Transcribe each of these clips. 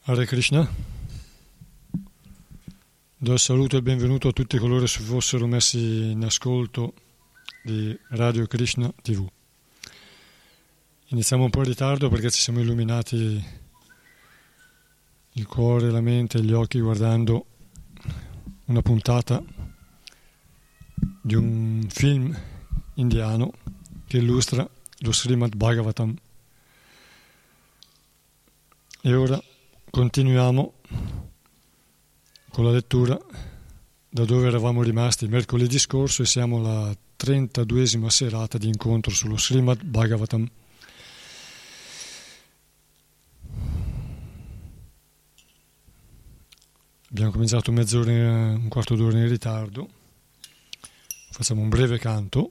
Hare Krishna. Do il saluto e il benvenuto a tutti coloro che fossero messi in ascolto di Radio Krishna TV. Iniziamo un po' in ritardo perché ci siamo illuminati il cuore, la mente e gli occhi guardando una puntata di un film indiano che illustra lo Srimad Bhagavatam. E ora continuiamo con la lettura da dove eravamo rimasti mercoledì scorso e siamo alla 32esima serata di incontro sullo Srimad Bhagavatam. Abbiamo cominciato mezz'ora, un quarto d'ora in ritardo. Facciamo un breve canto.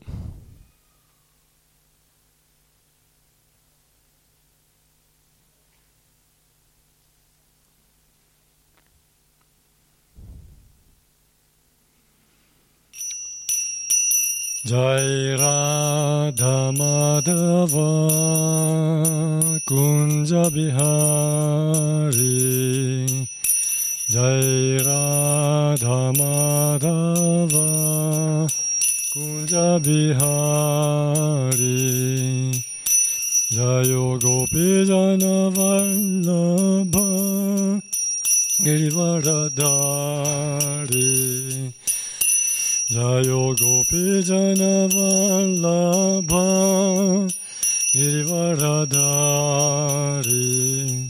Jai Radha Madhava Kunja Bihari Jai Radha Madhava Kunja Bihari Jayo Gopi Jana Vallabha Girivaradari Jayo Gopi Jana Vallabha Girivaradari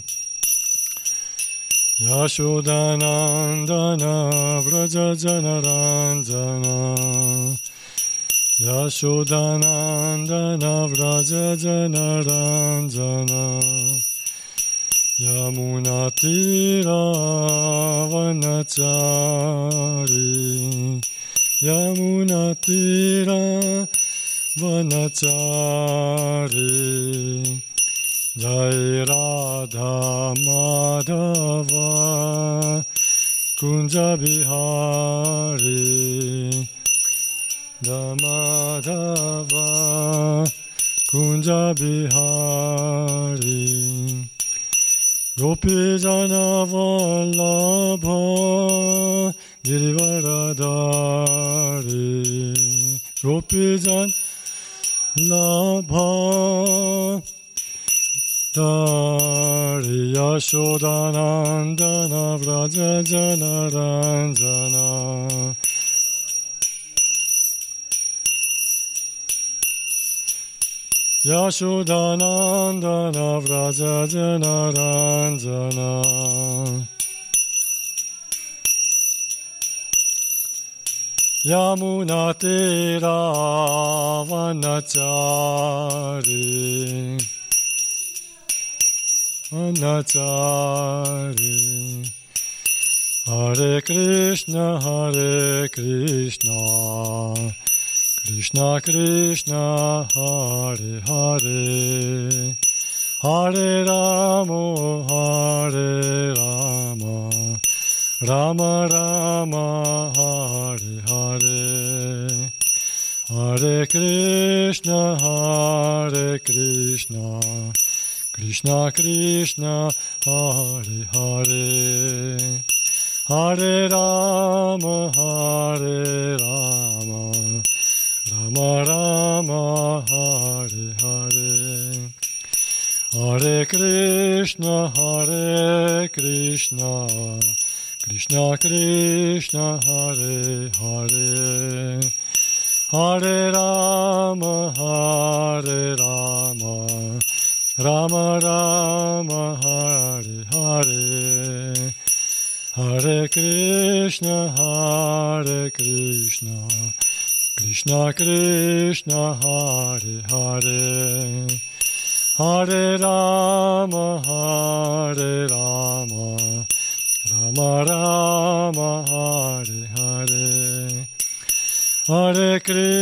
Yashodanandana Vraja Janaranjana Yashodanandana Vraja Janaranjana Yamunatira Vanachari Yamunatira Vanachari Jai Radha Madhava Kunja Bihari Madhava Kunja Bihari Gopi Jana Vallabha Girivaradari Gopi Jana Vallabha Dari Yashodanandana Vraja Janaranjana Yashodanandana Vraja Janaranjana Yamunatira Vanachari Vanachari Hare Krishna Krishna Krishna Hare Hare Hare Rama Rama Rama Hare Hare Hare Krishna Krishna Krishna Hare Hare Hare Rama Rama Rama Hare Hare Hare Krishna Krishna Krishna Hare Hare Hare Rama Rama Rama Hare Hare Hare Krishna Krishna Krishna Hare Hare Hare Rama Rama Rama Hare Hare Hare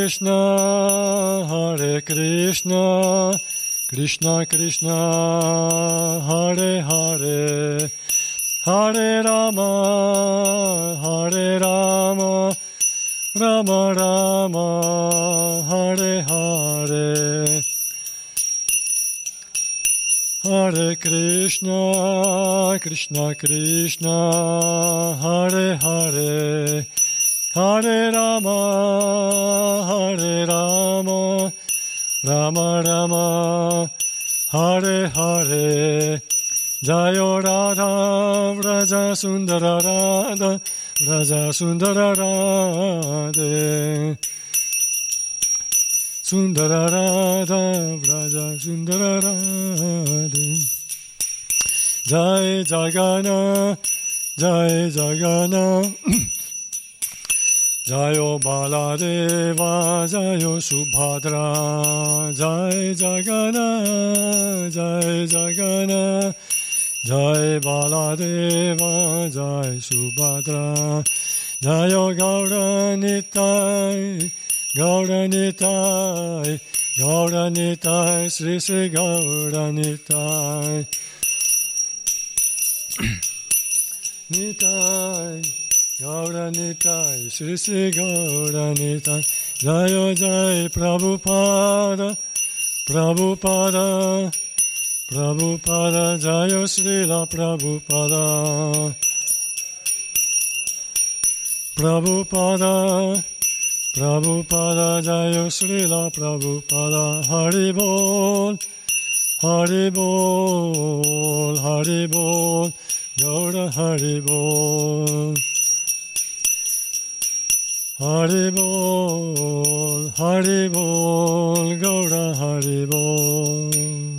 Krishna Krishna Krishna Hare Hare Hare Rama Rama Rama Hare Hare Hare Krishna, Krishna Krishna, Hare Hare, Hare Rama, Hare Rama, Rama Rama, Hare Hare, Jayo Radha, Vraja Sundara Radha, Vraja Sundara Radha, Sundara Radha, Vraja Sundara Radha, Jai Jagana, Jai Jagana, Jayo Baladeva, Jayo Subhadra, Jai Jagana, Jai Jagana, Jai Baladeva, Jai Subhadra, Jayo Gauranitai, Gauranitai, Gauranitai, Sri Sri Gauranitai, Nitai, Gauranitai, Sri Sri Gauranitai, Jayo Jai Prabhupada, Prabhupada, Prabhupada, Jayo Srila Prabhupada, Prabhupada, Prabhupada, Jayo Srila Prabhupada, Haribol, Haribol, Haribol, Gaura Haribol, Haribol, Haribol, Gaura Haribol.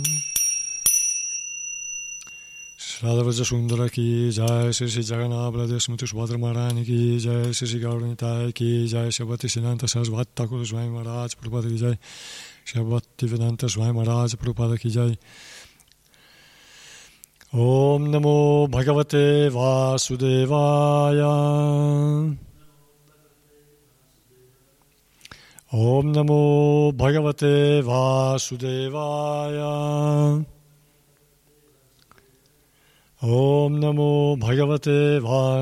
Radhavaja Sundara ki jai, Sri Sri Jagannath Baladev Smriti Subhadra Maharani ki jai, Sri Sri Gauranitai ki jai, Shabhati Siddhanta Sarasvati Thakur Swami Maharaj Prabhupada ki jai, Shabhati Vedanta Swami Maharaj Prabhupada ki jai. Om Namo Bhagavate Vasudevaya. Om Namo Bhagavate Vasudevaya. Om Namo Bhagavate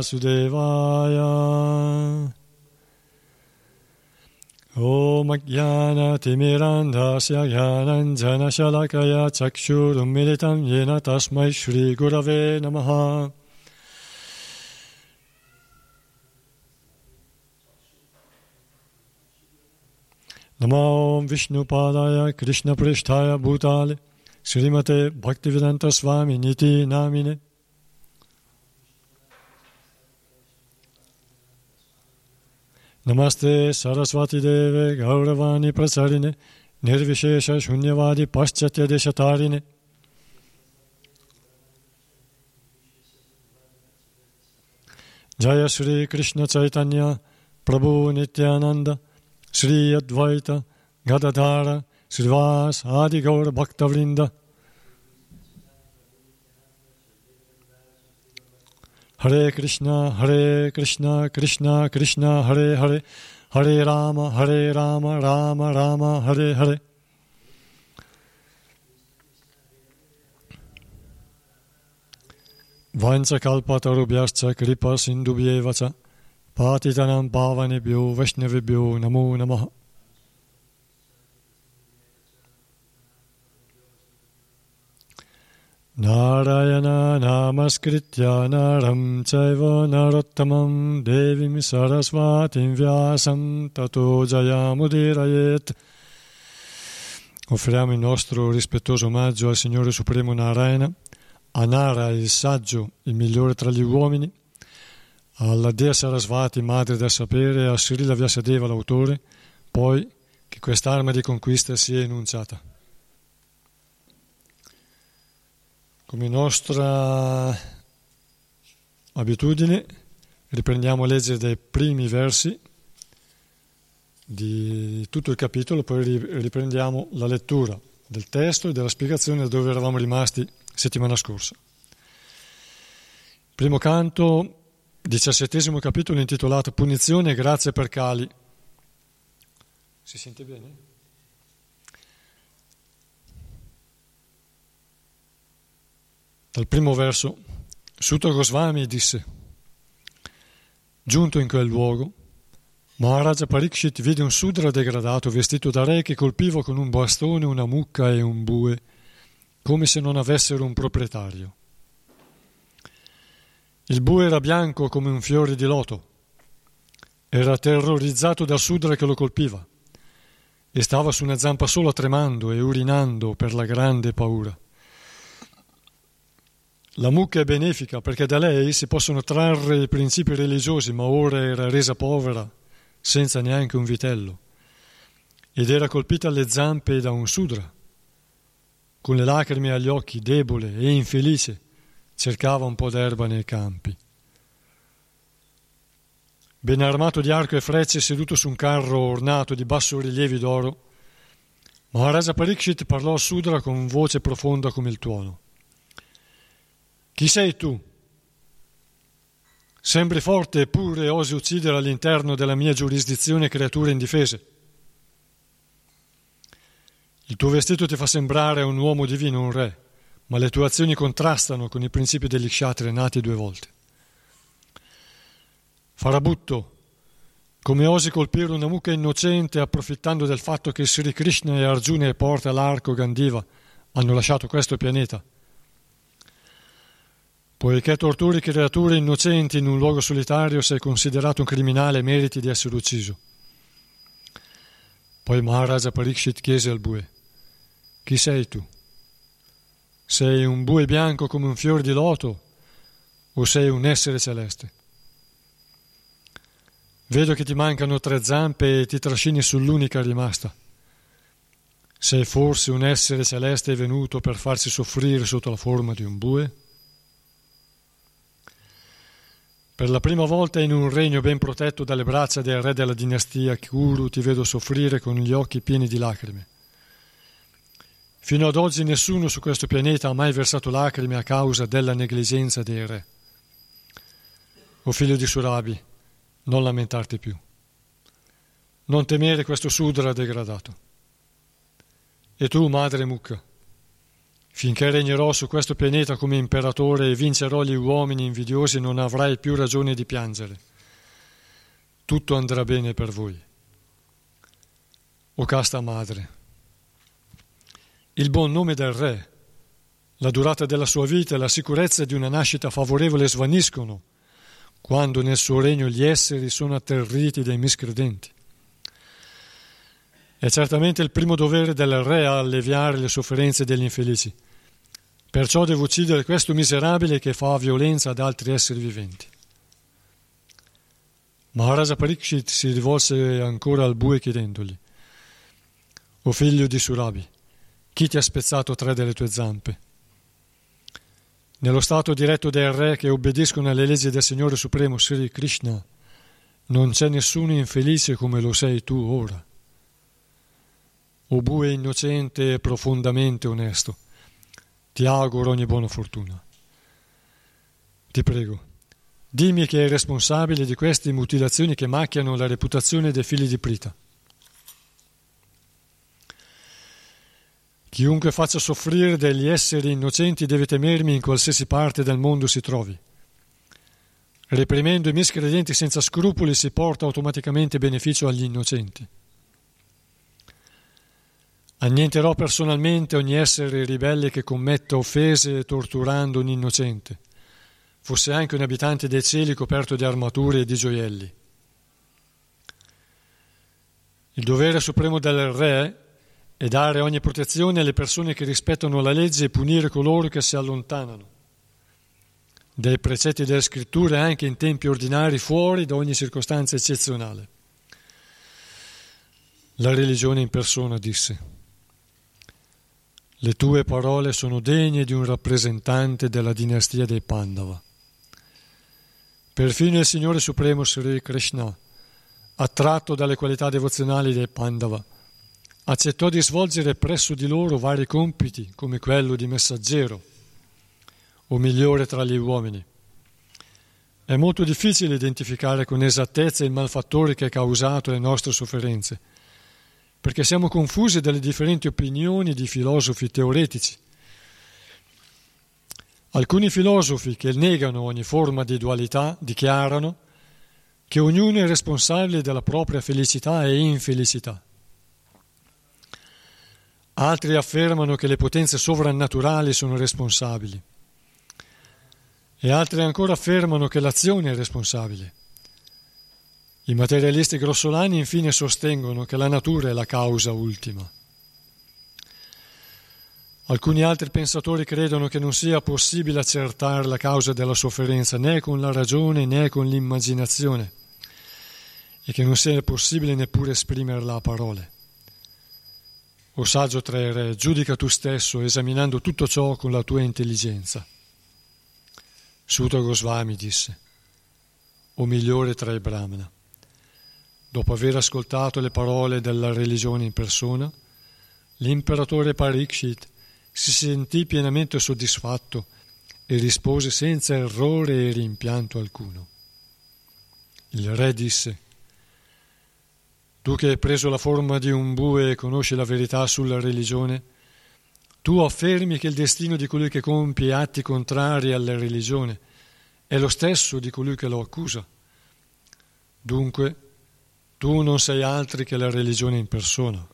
Vasudevaya. Om Ajnana Timirandhasya Jnananjana Shalakaya Chakshurum Militam Yena Tasmai Shri Gurave Namaha. Namo Vishnu Padaya Krishna Prishtaya Bhutale Srimate Bhaktivedanta Swami Niti Namine. Namaste Saraswati Deve Gauravani Prasarine Nirvishesha Shunyavadi Paschatya Deshatarine. Jaya Sri Krishna Chaitanya Prabhu Nityananda Sri Advaita Gadadhara Srivas Adi Gaura Bhaktavrinda. Hare Krishna, Krishna Krishna, Hare Hare, Hare Rama, Rama Rama, Hare Hare. Vancha kalpatarubhyascha kripa sindubhyevacha patitanam pavanebhyo vaishnavebhyo namo namaha. Narayana namaskritya naram chaiva narottamam devim sarasvatim vyasam tato jayamudirayet. Offriamo il nostro rispettoso omaggio al Signore Supremo Narayana, a Nara il saggio, il migliore tra gli uomini, alla Dea Sarasvati, madre del sapere, a Srila Vyasadeva, l'autore, poi che quest'arma di conquista sia enunciata. Come nostra abitudine, riprendiamo a leggere dai primi versi di tutto il capitolo, poi riprendiamo la lettura del testo e della spiegazione da dove eravamo rimasti settimana scorsa. Primo canto, 17° capitolo, intitolato Punizione e grazia per Kali. Si sente bene? Dal primo verso, Sutta Goswami disse: giunto in quel luogo, Maharaja Parikshit vide un sudra degradato vestito da re che colpiva con un bastone una mucca e un bue come se non avessero un proprietario. Il bue era bianco come un fiore di loto, era terrorizzato dal sudore che lo colpiva e stava su una zampa sola tremando e urinando per la grande paura. La mucca è benefica perché da lei si possono trarre i principi religiosi, ma ora era resa povera, senza neanche un vitello, ed era colpita alle zampe da un sudra. Con le lacrime agli occhi, debole e infelice, cercava un po' d'erba nei campi. Ben armato di arco e frecce, seduto su un carro ornato di bassorilievi d'oro, Maharaja Pariksit parlò a Sudra con voce profonda come il tuono. Chi sei tu? Sembri forte eppure osi uccidere all'interno della mia giurisdizione creature indifese. Il tuo vestito ti fa sembrare un uomo divino, un re, ma le tue azioni contrastano con i principi degli kshatriya nati 2 volte. Farabutto, come osi colpire una mucca innocente approfittando del fatto che Sri Krishna e Arjuna e porta l'arco Gandiva hanno lasciato questo pianeta? Poiché torturi creature innocenti in un luogo solitario, sei considerato un criminale e meriti di essere ucciso. Poi Maharaja Pariksit chiese al bue: chi sei tu? Sei un bue bianco come un fiore di loto o sei un essere celeste? Vedo che ti mancano 3 zampe e ti trascini sull'unica rimasta. Sei forse un essere celeste venuto per farsi soffrire sotto la forma di un bue? Per la prima volta in un regno ben protetto dalle braccia del re della dinastia Kuru ti vedo soffrire con gli occhi pieni di lacrime. Fino ad oggi nessuno su questo pianeta ha mai versato lacrime a causa della negligenza dei re. O figlio di Surabi, non lamentarti più. Non temere questo Sudra degradato. E tu, madre mucca, finché regnerò su questo pianeta come imperatore e vincerò gli uomini invidiosi, non avrai più ragione di piangere. Tutto andrà bene per voi. O casta madre, il buon nome del re, la durata della sua vita e la sicurezza di una nascita favorevole svaniscono quando nel suo regno gli esseri sono atterriti dai miscredenti. È certamente il primo dovere del re a alleviare le sofferenze degli infelici. Perciò devo uccidere questo miserabile che fa violenza ad altri esseri viventi. Maharaja Pariksit si rivolse ancora al bue chiedendogli: o figlio di Surabi, chi ti ha spezzato 3 delle tue zampe? Nello stato diretto dei re che obbediscono alle leggi del Signore Supremo Sri Krishna non c'è nessuno infelice come lo sei tu ora. O bue innocente e profondamente onesto, ti auguro ogni buona fortuna. Ti prego, dimmi chi è il responsabile di queste mutilazioni che macchiano la reputazione dei figli di Prita. Chiunque faccia soffrire degli esseri innocenti deve temermi in qualsiasi parte del mondo si trovi. Reprimendo i miscredenti senza scrupoli si porta automaticamente beneficio agli innocenti. Annienterò personalmente ogni essere ribelle che commetta offese torturando un innocente, fosse anche un abitante dei cieli coperto di armature e di gioielli. Il dovere supremo del re è dare ogni protezione alle persone che rispettano la legge e punire coloro che si allontanano dai precetti delle scritture anche in tempi ordinari fuori da ogni circostanza eccezionale. La religione in persona disse: le tue parole sono degne di un rappresentante della dinastia dei Pandava. Perfino il Signore Supremo Sri Krishna, attratto dalle qualità devozionali dei Pandava, accettò di svolgere presso di loro vari compiti come quello di messaggero o migliore tra gli uomini. È molto difficile identificare con esattezza il malfattore che ha causato le nostre sofferenze, perché siamo confusi dalle differenti opinioni di filosofi teoretici. Alcuni filosofi che negano ogni forma di dualità dichiarano che ognuno è responsabile della propria felicità e infelicità. Altri affermano che le potenze sovrannaturali sono responsabili. E altri ancora affermano che l'azione è responsabile. I materialisti grossolani infine sostengono che la natura è la causa ultima. Alcuni altri pensatori credono che non sia possibile accertare la causa della sofferenza né con la ragione né con l'immaginazione e che non sia possibile neppure esprimerla a parole. O saggio tra i re, giudica tu stesso esaminando tutto ciò con la tua intelligenza. Suta Goswami disse, o migliore tra i Brahmana, dopo aver ascoltato le parole della religione in persona, l'imperatore Parikshit si sentì pienamente soddisfatto e rispose senza errore e rimpianto alcuno. Il re disse, tu che hai preso la forma di un bue e conosci la verità sulla religione, tu affermi che il destino di colui che compie atti contrari alla religione è lo stesso di colui che lo accusa. Dunque, tu non sei altri che la religione in persona.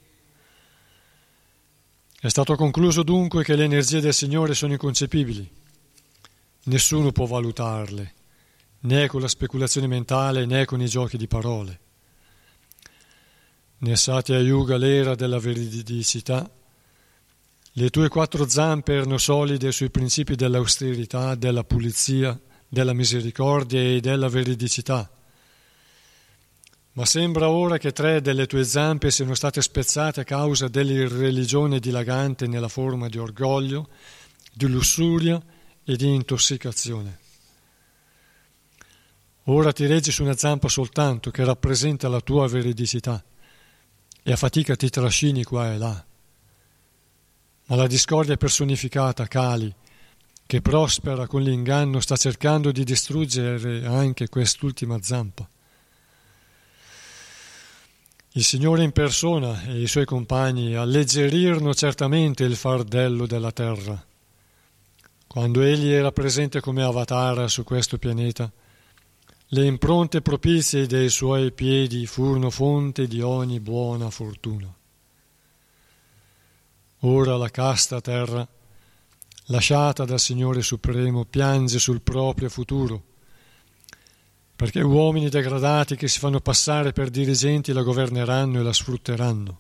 È stato concluso dunque che le energie del Signore sono inconcepibili. Nessuno può valutarle, né con la speculazione mentale né con i giochi di parole. Nel Satya Yuga, l'era della veridicità, le tue 4 zampe erano solide sui principi dell'austerità, della pulizia, della misericordia e della veridicità. Ma sembra ora che 3 delle tue zampe siano state spezzate a causa dell'irreligione dilagante nella forma di orgoglio, di lussuria e di intossicazione. Ora ti reggi su una zampa soltanto che rappresenta la tua veridicità e a fatica ti trascini qua e là. Ma la discordia personificata, Kali, che prospera con l'inganno, sta cercando di distruggere anche quest'ultima zampa. Il Signore in persona e i suoi compagni alleggerirono certamente il fardello della terra. Quando egli era presente come avatara su questo pianeta, le impronte propizie dei suoi piedi furono fonte di ogni buona fortuna. Ora la casta terra, lasciata dal Signore Supremo, piange sul proprio futuro, perché uomini degradati che si fanno passare per dirigenti la governeranno e la sfrutteranno.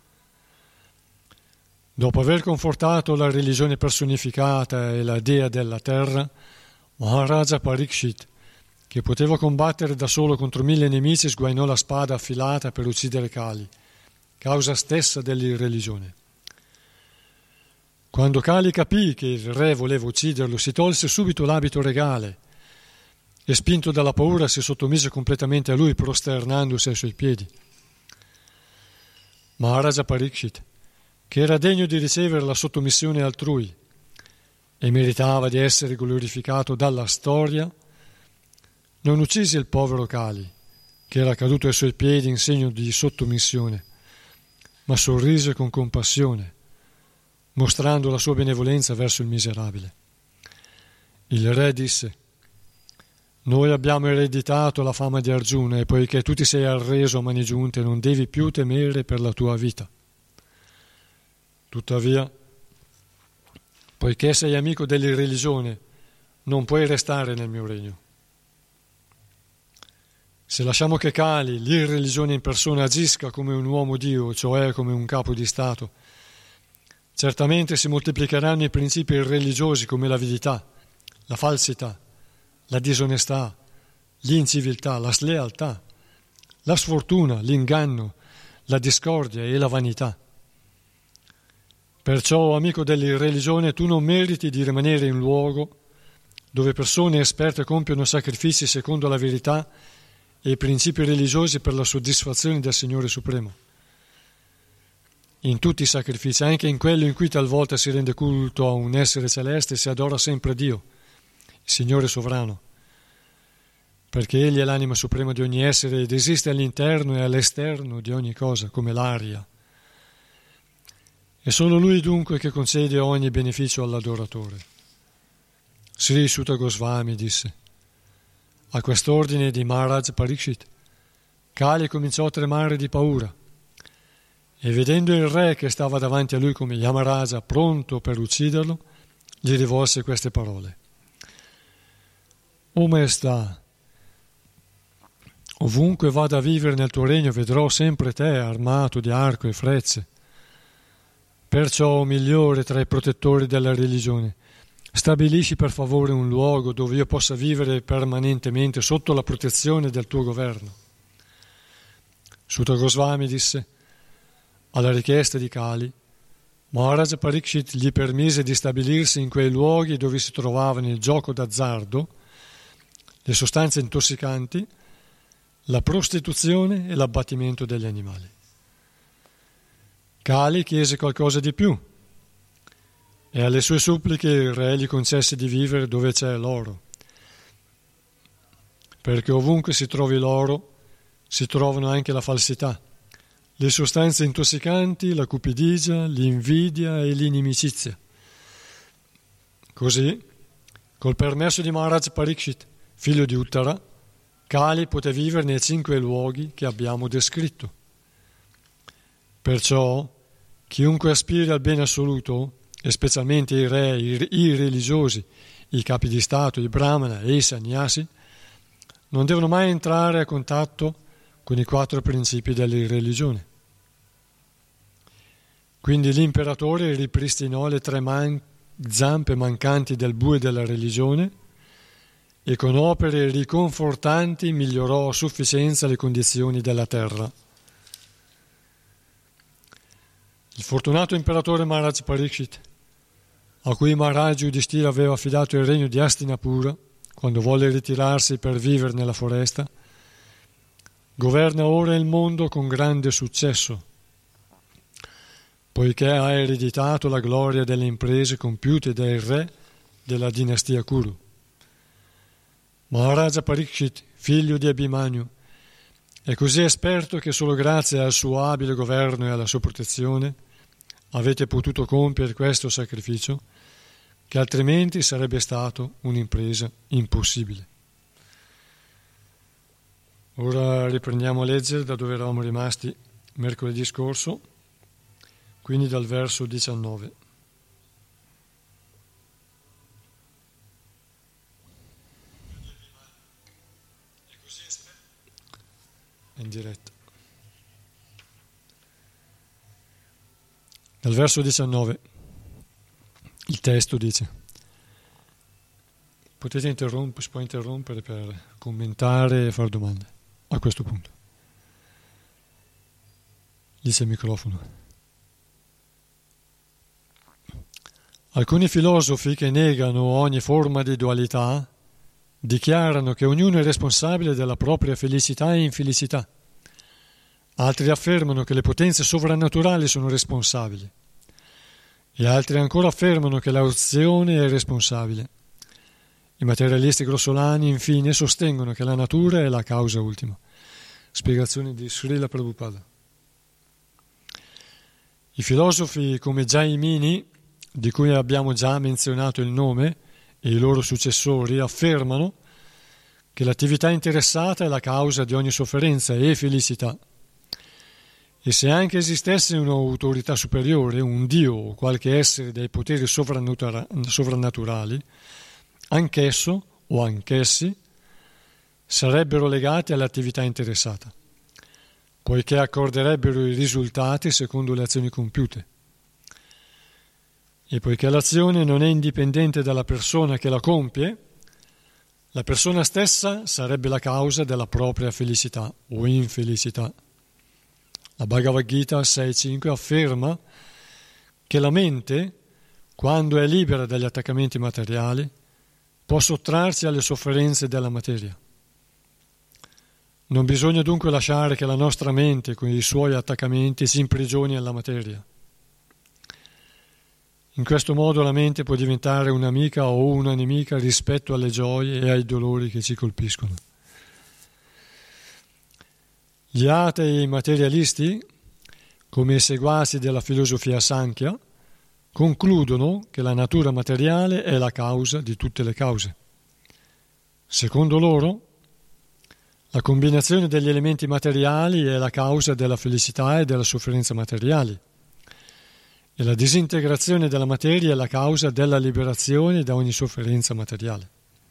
Dopo aver confortato la religione personificata e la dea della terra, Maharaja Parikshit, che poteva combattere da solo contro 1000 nemici, sguainò la spada affilata per uccidere Kali, causa stessa dell'irreligione. Quando Kali capì che il re voleva ucciderlo, si tolse subito l'abito regale e, spinto dalla paura, si sottomise completamente a lui, prosternandosi ai suoi piedi. Maharaja Parikshit, che era degno di ricevere la sottomissione altrui e meritava di essere glorificato dalla storia, non uccise il povero Kali, che era caduto ai suoi piedi in segno di sottomissione, ma sorrise con compassione, mostrando la sua benevolenza verso il miserabile. Il re disse, noi abbiamo ereditato la fama di Arjuna e poiché tu ti sei arreso a mani giunte non devi più temere per la tua vita. Tuttavia, poiché sei amico dell'irreligione, non puoi restare nel mio regno. Se lasciamo che Kali, l'irreligione in persona, agisca come un uomo Dio, cioè come un capo di Stato, certamente si moltiplicheranno i principi religiosi come l'avidità, la falsità, la disonestà, l'inciviltà, la slealtà, la sfortuna, l'inganno, la discordia e la vanità. Perciò, amico dell'irreligione, tu non meriti di rimanere in luogo dove persone esperte compiono sacrifici secondo la verità e i principi religiosi per la soddisfazione del Signore Supremo. In tutti i sacrifici, anche in quello in cui talvolta si rende culto a un essere celeste, si adora sempre Dio, il Signore sovrano, perché Egli è l'anima suprema di ogni essere ed esiste all'interno e all'esterno di ogni cosa, come l'aria. È solo Lui dunque che concede ogni beneficio all'adoratore. Sri Suta Goswami disse, a quest'ordine di Maharaj Parikshit, Kali cominciò a tremare di paura e vedendo il re che stava davanti a lui come Yamaraja pronto per ucciderlo, gli rivolse queste parole: O maestà, ovunque vada a vivere nel tuo regno vedrò sempre te armato di arco e frecce. Perciò, o migliore tra i protettori della religione, stabilisci per favore un luogo dove io possa vivere permanentemente sotto la protezione del tuo governo. Sutta Goswami disse: alla richiesta di Kali, Maharaj Parikshit gli permise di stabilirsi in quei luoghi dove si trovavano il gioco d'azzardo, le sostanze intossicanti, la prostituzione e l'abbattimento degli animali. Kali chiese qualcosa di più e alle sue suppliche il re gli concesse di vivere dove c'è l'oro, perché ovunque si trovi l'oro si trovano anche la falsità, le sostanze intossicanti, la cupidigia, l'invidia e l'inimicizia. Così, col permesso di Maharaj Parikshit, figlio di Uttara, Kali poté vivere nei 5 luoghi che abbiamo descritto. Perciò, chiunque aspiri al bene assoluto, e specialmente i re, i religiosi, i capi di Stato, i brahmana e i sannyasi, non devono mai entrare a contatto con i 4 principi della religione. Quindi l'imperatore ripristinò le 3 zampe mancanti del bue della religione e con opere riconfortanti migliorò a sufficienza le condizioni della terra. Il fortunato imperatore Maharaj Parikshit, a cui Maharaj Yudhishthira aveva affidato il regno di Hastinapura quando volle ritirarsi per vivere nella foresta, governa ora il mondo con grande successo, poiché ha ereditato la gloria delle imprese compiute dai re della dinastia Kuru. Maharaja Parikshit, figlio di Abhimanyu, è così esperto che solo grazie al suo abile governo e alla sua protezione avete potuto compiere questo sacrificio, che altrimenti sarebbe stato un'impresa impossibile. Ora riprendiamo a leggere da dove eravamo rimasti mercoledì scorso, quindi dal verso 19. In diretta. Dal verso 19 il testo dice: si può interrompere per commentare e fare domande a questo punto. Dice il microfono. Alcuni filosofi che negano ogni forma di dualità dichiarano che ognuno è responsabile della propria felicità e infelicità. Altri affermano che le potenze sovrannaturali sono responsabili e altri ancora affermano che l'azione è responsabile. I materialisti grossolani infine sostengono che la natura è la causa ultima. Spiegazione di Srila Prabhupada. I filosofi come Jaimini, di cui abbiamo già menzionato il nome, e i loro successori affermano che l'attività interessata è la causa di ogni sofferenza e felicità. E se anche esistesse un'autorità superiore, un Dio o qualche essere dai poteri sovrannaturali, anch'esso o anch'essi sarebbero legati all'attività interessata, poiché accorderebbero i risultati secondo le azioni compiute. E poiché l'azione non è indipendente dalla persona che la compie, la persona stessa sarebbe la causa della propria felicità o infelicità. La Bhagavad Gita 6.5 afferma che la mente, quando è libera dagli attaccamenti materiali, può sottrarsi alle sofferenze della materia. Non bisogna dunque lasciare che la nostra mente, con i suoi attaccamenti, si imprigioni alla materia. In questo modo la mente può diventare un'amica o una nemica rispetto alle gioie e ai dolori che ci colpiscono. Gli atei materialisti, come i seguaci della filosofia Sankhya, concludono che la natura materiale è la causa di tutte le cause. Secondo loro, La combinazione degli elementi materiali è la causa della felicità e della sofferenza materiali. E la disintegrazione della materia è la causa della liberazione da ogni sofferenza materiale.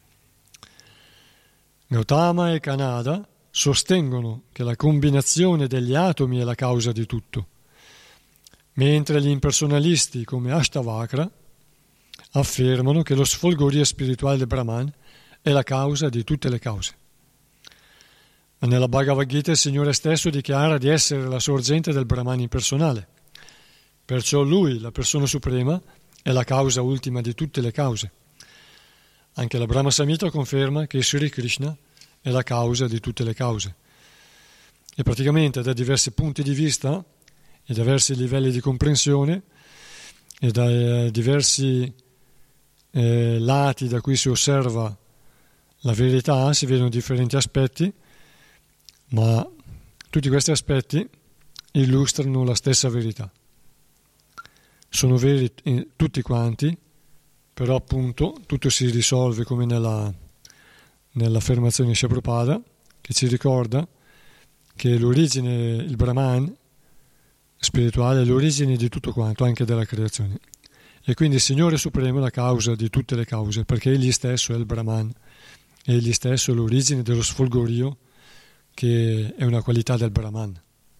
Gautama e Kanada sostengono che la combinazione degli atomi è la causa di tutto, mentre gli impersonalisti come Ashtavakra affermano che lo sfolgorio spirituale del Brahman è la causa di tutte le cause. Ma nella Bhagavad Gita il Signore stesso dichiara di essere la sorgente del Brahman impersonale. Perciò Lui, la persona suprema, è la causa ultima di tutte le cause. Anche la Brahma Samhita conferma che Sri Krishna è la causa di tutte le cause. E praticamente da diversi punti di vista e diversi livelli di comprensione e da diversi lati da cui si osserva la verità si vedono differenti aspetti, ma tutti questi aspetti illustrano la stessa verità. Sono veri tutti quanti, però appunto tutto si risolve come nell'affermazione di Srila Prabhupada, che ci ricorda che l'origine, il Brahman spirituale è l'origine di tutto quanto, anche della creazione. E quindi il Signore Supremo è la causa di tutte le cause, perché Egli stesso è il Brahman, Egli stesso è l'origine dello sfolgorio, che è una qualità del Brahman.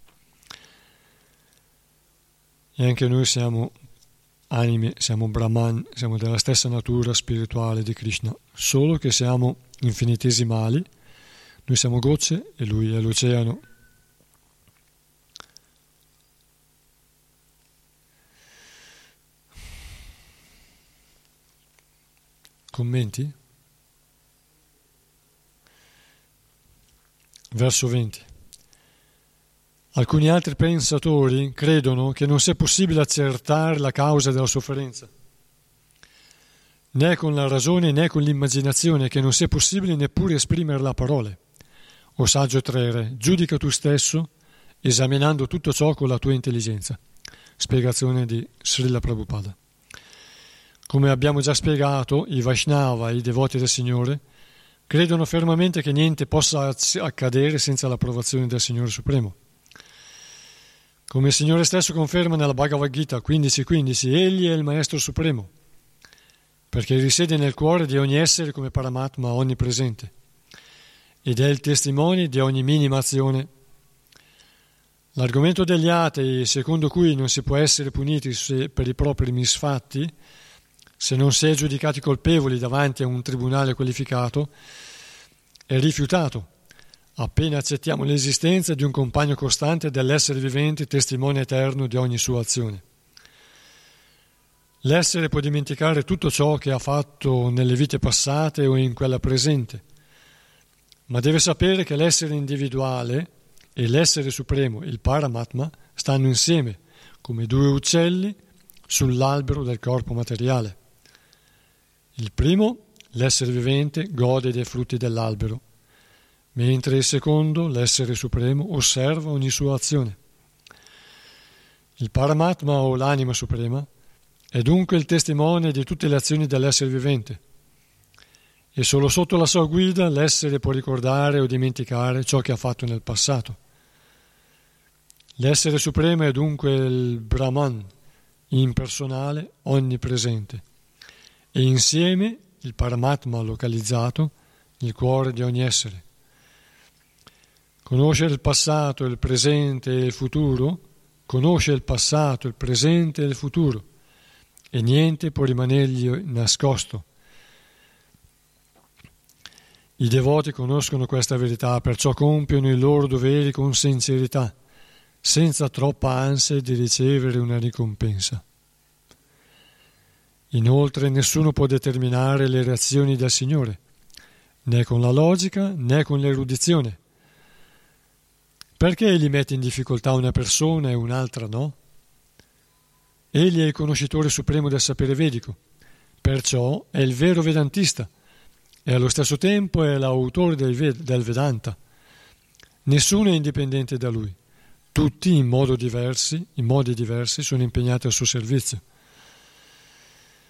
E anche noi siamo anime, siamo Brahman, siamo della stessa natura spirituale di Krishna, solo che siamo infinitesimali, noi siamo gocce e Lui è l'oceano. Commenti? Verso 20. Alcuni altri pensatori credono che non sia possibile accertare la causa della sofferenza, né con la ragione né con l'immaginazione, che non sia possibile neppure esprimerla a parole. O saggio Trere, giudica tu stesso, esaminando tutto ciò con la tua intelligenza. Spiegazione di Srila Prabhupada. Come abbiamo già spiegato, i Vaishnava, i devoti del Signore, credono fermamente che niente possa accadere senza l'approvazione del Signore Supremo. Come il Signore stesso conferma nella Bhagavad Gita 15.15, Egli è il Maestro Supremo, perché risiede nel cuore di ogni essere come Paramatma onnipresente, ed è il testimone di ogni minima azione. L'argomento degli atei, secondo cui non si può essere puniti per i propri misfatti, se non si è giudicati colpevoli davanti a un tribunale qualificato, è rifiutato appena accettiamo l'esistenza di un compagno costante dell'essere vivente, testimone eterno di ogni sua azione. L'essere può dimenticare tutto ciò che ha fatto nelle vite passate o in quella presente, ma deve sapere che l'essere individuale e l'essere supremo, il Paramatma, stanno insieme come due uccelli sull'albero del corpo materiale. Il primo, l'essere vivente, gode dei frutti dell'albero, mentre il secondo, l'essere supremo, osserva ogni sua azione. Il Paramatma o l'anima suprema è dunque il testimone di tutte le azioni dell'essere vivente, e solo sotto la sua guida l'essere può ricordare o dimenticare ciò che ha fatto nel passato. L'essere supremo è dunque il Brahman, impersonale, onnipresente, e insieme il Paramatma localizzato nel cuore di ogni essere. Conoscere il passato, il presente e il futuro, conosce il passato, il presente e il futuro, e niente può rimanergli nascosto. I devoti conoscono questa verità, perciò compiono i loro doveri con sincerità, senza troppa ansia di ricevere una ricompensa. Inoltre nessuno può determinare le reazioni del Signore, né con la logica né con l'erudizione. Perché egli mette in difficoltà una persona e un'altra no? Egli è il conoscitore supremo del sapere vedico, perciò è il vero vedantista e allo stesso tempo è l'autore del Vedanta. Nessuno è indipendente da lui, tutti in modi diversi sono impegnati al suo servizio.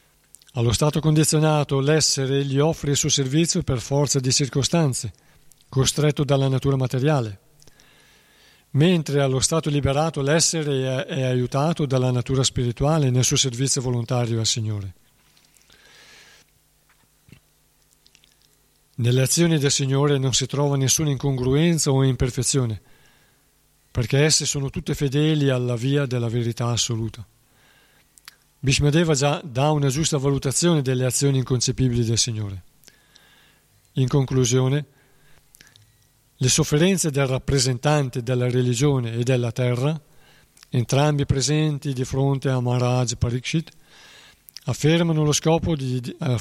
Allo stato condizionato l'essere gli offre il suo servizio per forza di circostanze, costretto dalla natura materiale, mentre allo stato liberato l'essere è aiutato dalla natura spirituale nel suo servizio volontario al Signore. Nelle azioni del Signore non si trova nessuna incongruenza o imperfezione, perché esse sono tutte fedeli alla via della verità assoluta. Bhishmadeva già dà una giusta valutazione delle azioni inconcepibili del Signore. In conclusione, le sofferenze del rappresentante della religione e della terra, entrambi presenti di fronte a Maharaj Parikshit, avevano lo scopo di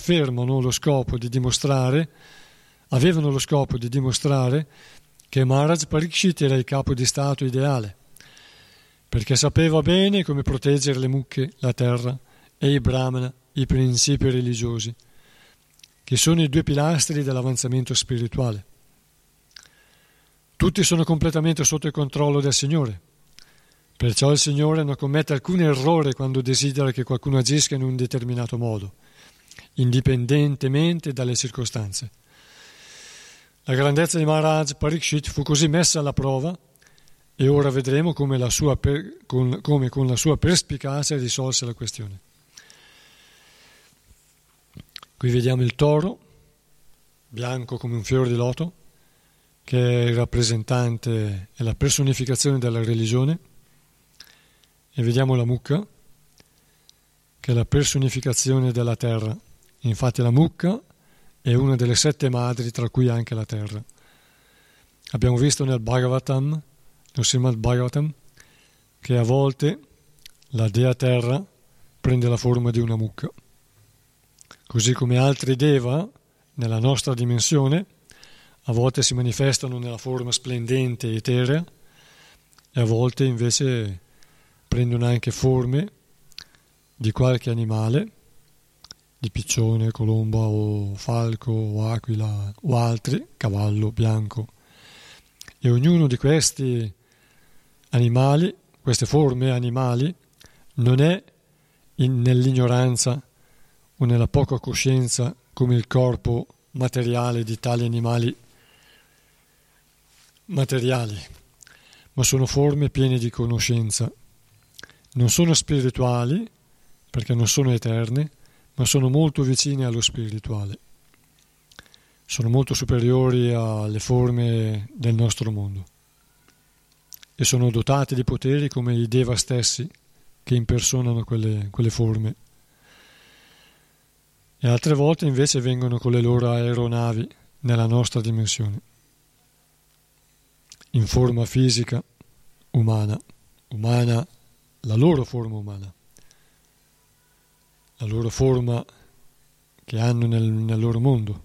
dimostrare che Maharaj Parikshit era il capo di Stato ideale, perché sapeva bene come proteggere le mucche, la terra e i brahmana, i principi religiosi, che sono i due pilastri dell'avanzamento spirituale. Tutti sono completamente sotto il controllo del Signore, perciò il Signore non commette alcun errore quando desidera che qualcuno agisca in un determinato modo, indipendentemente dalle circostanze. La grandezza di Maharaj Parikshit fu così messa alla prova e ora vedremo come con la sua perspicacia risolse la questione. Qui vediamo il toro, bianco come un fiore di loto, che è il rappresentante e la personificazione della religione, e vediamo la mucca, che è la personificazione della terra. Infatti la mucca è una delle 7 madri, tra cui anche la terra. Abbiamo visto nel Bhagavatam, nel Srimad Bhagavatam, che a volte la dea terra prende la forma di una mucca, così come altri deva nella nostra dimensione a volte si manifestano nella forma splendente e eterea e a volte invece prendono anche forme di qualche animale, di piccione, colomba o falco o aquila o altri, cavallo bianco. E ognuno di questi animali, queste forme animali, non è nell'ignoranza o nella poca coscienza come il corpo materiale di tali animali materiali, ma sono forme piene di conoscenza. Non sono spirituali, perché non sono eterne, ma sono molto vicine allo spirituale. Sono molto superiori alle forme del nostro mondo e sono dotati di poteri come i Deva stessi che impersonano quelle forme. E altre volte invece vengono con le loro aeronavi nella nostra dimensione, in forma fisica umana, la loro forma umana, la loro forma che hanno nel loro mondo.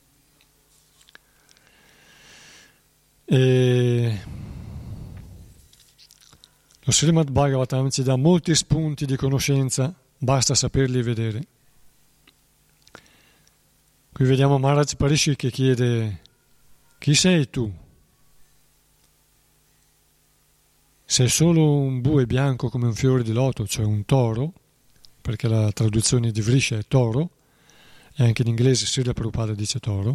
E lo Srimad Bhagavatam ci dà molti spunti di conoscenza, basta saperli vedere. Qui vediamo Maharaj Parikshit che chiede: chi sei tu? Sei solo un bue bianco come un fiore di loto, cioè un toro, perché la traduzione di Vrisha è toro, e anche in inglese Srila Prabhupada dice toro,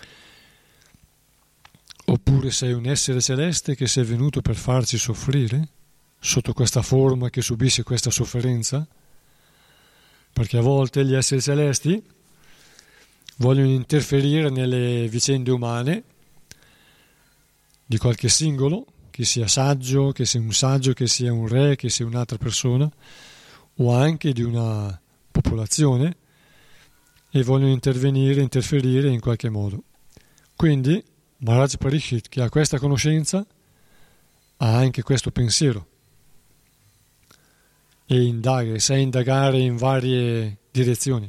oppure sei un essere celeste che sei venuto per farci soffrire, sotto questa forma che subisce questa sofferenza? Perché a volte gli esseri celesti vogliono interferire nelle vicende umane di qualche singolo, che sia saggio, che sia un re, che sia un'altra persona, o anche di una popolazione, e vogliono interferire in qualche modo. Quindi Maharaj Parikshit, che ha questa conoscenza, ha anche questo pensiero e sa indagare in varie direzioni.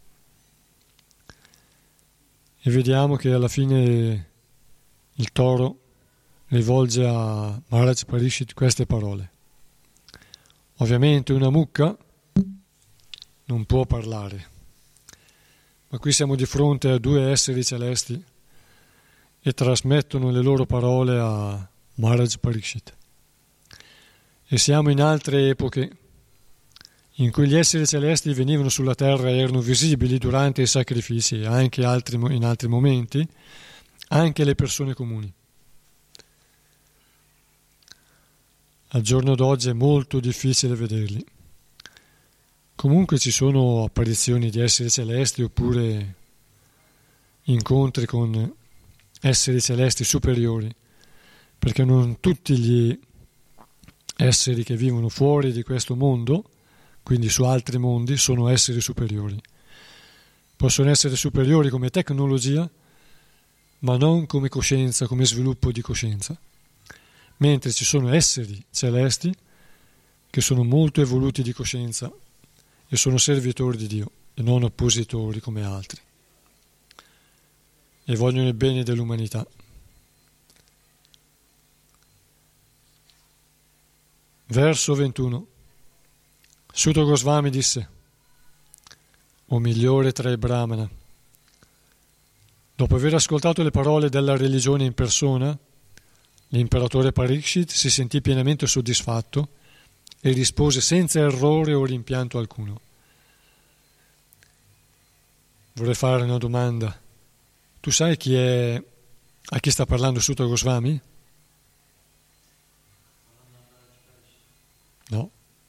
E vediamo che alla fine il toro rivolge a Maharaj Parikshit queste parole. Ovviamente una mucca non può parlare, ma qui siamo di fronte a 2 esseri celesti e trasmettono le loro parole a Maharaj Parikshit. E siamo in altre epoche in cui gli esseri celesti venivano sulla terra e erano visibili durante i sacrifici e anche in altri momenti, anche le persone comuni. Al giorno d'oggi è molto difficile vederli. Comunque ci sono apparizioni di esseri celesti oppure incontri con esseri celesti superiori, perché non tutti gli esseri che vivono fuori di questo mondo, quindi su altri mondi, sono esseri superiori. Possono essere superiori come tecnologia, ma non come coscienza, come sviluppo di coscienza. Mentre ci sono esseri celesti che sono molto evoluti di coscienza e sono servitori di Dio e non oppositori come altri, e vogliono il bene dell'umanità. Verso 21. Sutta Goswami disse: o migliore tra i Brahmana, dopo aver ascoltato le parole della religione in persona, l'imperatore Parikshit si sentì pienamente soddisfatto e rispose senza errore o rimpianto alcuno. Vorrei fare una domanda. Tu sai a chi sta parlando Sutta Goswami? No.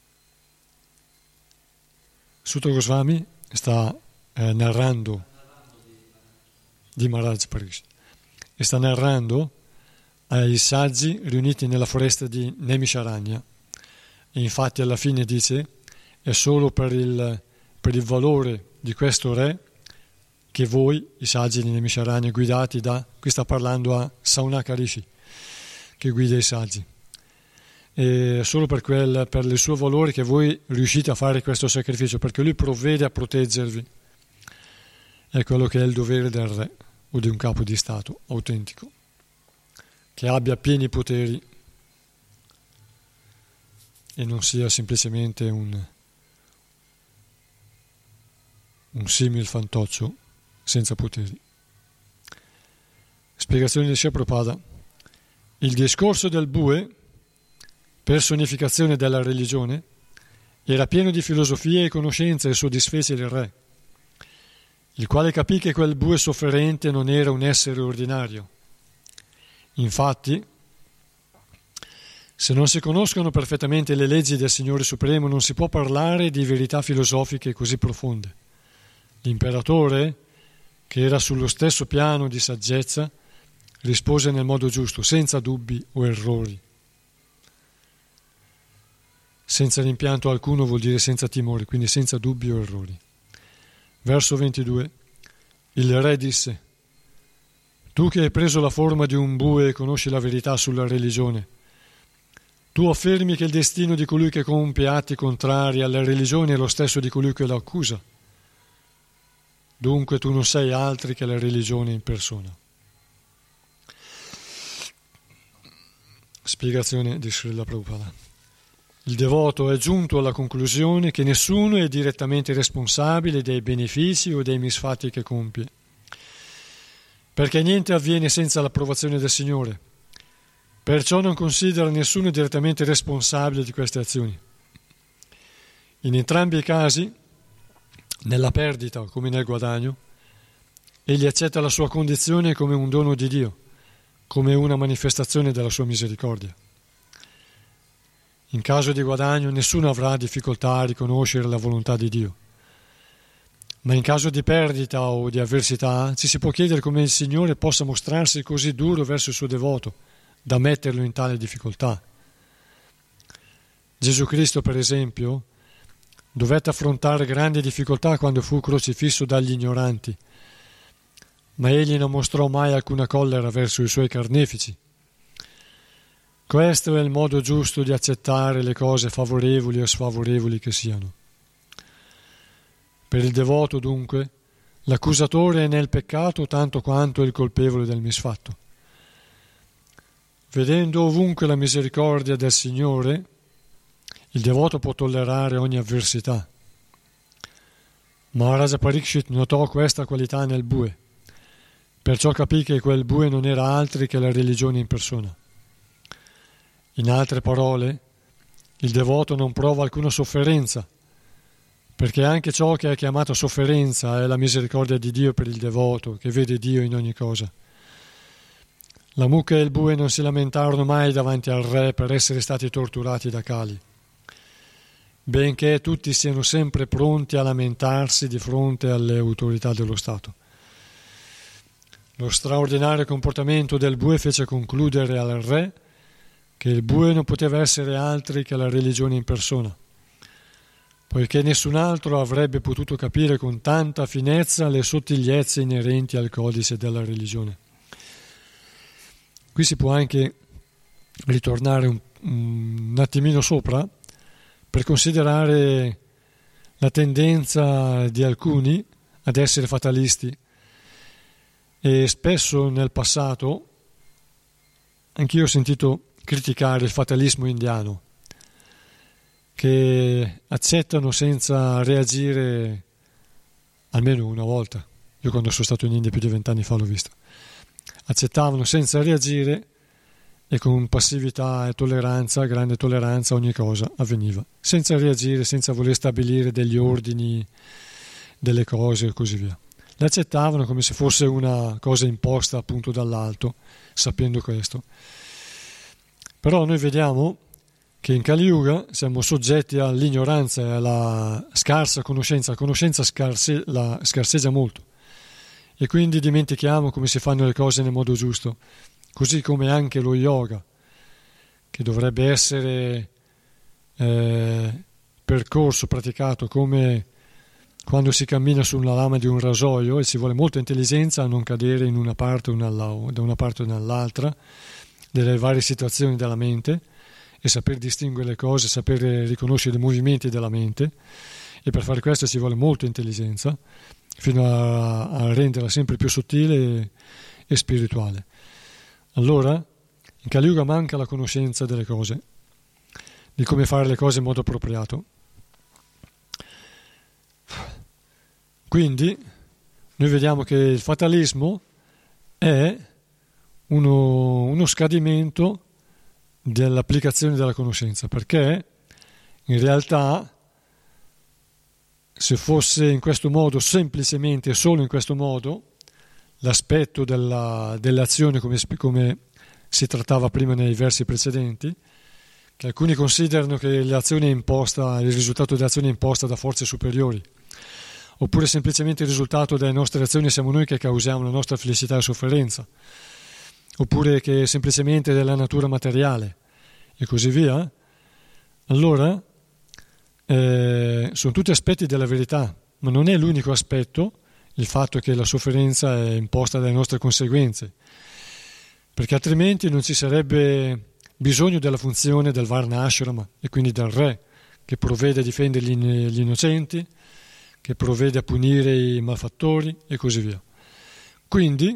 Sutta Goswami sta narrando di Maharaj Parikshit e sta narrando ai saggi riuniti nella foresta di Naimisharanya, e infatti alla fine dice: è solo per il valore di questo re che voi, i saggi di Naimisharanya, guidati qui sta parlando a Saunaka Rishi, che guida i saggi, e solo per il suo valore che voi riuscite a fare questo sacrificio, perché lui provvede a proteggervi. È quello che è il dovere del re o di un capo di Stato autentico, che abbia pieni poteri e non sia semplicemente un simil fantoccio senza poteri. Spiegazione di Srila Prabhupada. Il discorso del bue, personificazione della religione, era pieno di filosofia e conoscenza e soddisfece il re, il quale capì che quel bue sofferente non era un essere ordinario. Infatti, se non si conoscono perfettamente le leggi del Signore Supremo, non si può parlare di verità filosofiche così profonde. L'imperatore, che era sullo stesso piano di saggezza, rispose nel modo giusto, senza dubbi o errori. Senza rimpianto alcuno vuol dire senza timore, quindi senza dubbi o errori. Verso 22. Il re disse: tu che hai preso la forma di un bue e conosci la verità sulla religione, tu affermi che il destino di colui che compie atti contrari alla religione è lo stesso di colui che lo accusa. Dunque tu non sei altri che la religione in persona. Spiegazione di Srila Prabhupada. Il devoto è giunto alla conclusione che nessuno è direttamente responsabile dei benefici o dei misfatti che compie, perché niente avviene senza l'approvazione del Signore. Perciò non considera nessuno direttamente responsabile di queste azioni. In entrambi i casi, nella perdita come nel guadagno, egli accetta la sua condizione come un dono di Dio, come una manifestazione della sua misericordia. In caso di guadagno nessuno avrà difficoltà a riconoscere la volontà di Dio, ma in caso di perdita o di avversità ci si può chiedere come il Signore possa mostrarsi così duro verso il suo devoto da metterlo in tale difficoltà. Gesù Cristo, per esempio, dovette affrontare grandi difficoltà quando fu crocifisso dagli ignoranti, ma egli non mostrò mai alcuna collera verso i suoi carnefici. Questo è il modo giusto di accettare le cose favorevoli o sfavorevoli che siano. Per il devoto, dunque, l'accusatore è nel peccato tanto quanto il colpevole del misfatto. Vedendo ovunque la misericordia del Signore, il devoto può tollerare ogni avversità. Maharaja Parikshit notò questa qualità nel bue, perciò capì che quel bue non era altri che la religione in persona. In altre parole, il devoto non prova alcuna sofferenza, perché anche ciò che è chiamato sofferenza è la misericordia di Dio per il devoto, che vede Dio in ogni cosa. La mucca e il bue non si lamentarono mai davanti al re per essere stati torturati da cali, benché tutti siano sempre pronti a lamentarsi di fronte alle autorità dello Stato. Lo straordinario comportamento del bue fece concludere al re che il bue non poteva essere altri che la religione in persona, poiché nessun altro avrebbe potuto capire con tanta finezza le sottigliezze inerenti al codice della religione. Qui si può anche ritornare un attimino sopra per considerare la tendenza di alcuni ad essere fatalisti, e spesso nel passato anch'io ho sentito criticare il fatalismo indiano, che accettano senza reagire almeno una volta. Io quando sono stato in India più di 20 anni fa l'ho visto. Accettavano senza reagire e con passività e tolleranza, grande tolleranza, ogni cosa avveniva, senza reagire, senza voler stabilire degli ordini, delle cose e così via. L'accettavano come se fosse una cosa imposta appunto dall'alto, sapendo questo. Però noi vediamo che in Kali Yuga siamo soggetti all'ignoranza e alla scarsa conoscenza. La conoscenza scarseggia molto e quindi dimentichiamo come si fanno le cose nel modo giusto, così come anche lo yoga, che dovrebbe essere percorso, praticato come quando si cammina sulla lama di un rasoio, e ci vuole molta intelligenza a non cadere in una parte o da una parte o dall'altra delle varie situazioni della mente, e saper distinguere le cose, saper riconoscere i movimenti della mente, e per fare questo ci vuole molta intelligenza fino a renderla sempre più sottile e spirituale. Allora in Kali Yuga manca la conoscenza delle cose, di come fare le cose in modo appropriato. Quindi noi vediamo che il fatalismo è uno scadimento dell'applicazione della conoscenza, perché in realtà se fosse in questo modo, semplicemente e solo in questo modo, l'aspetto dell'azione come si trattava prima nei versi precedenti, che alcuni considerano che l'azione è imposta, il risultato dell'azione è imposta da forze superiori, oppure semplicemente il risultato delle nostre azioni siamo noi che causiamo la nostra felicità e sofferenza, oppure che è semplicemente della natura materiale e così via. Allora sono tutti aspetti della verità, ma non è l'unico aspetto il fatto che la sofferenza è imposta dalle nostre conseguenze, perché altrimenti non ci sarebbe bisogno della funzione del Varna Ashrama e quindi del re, che provvede a difendere gli innocenti, che provvede a punire i malfattori e così via. Quindi,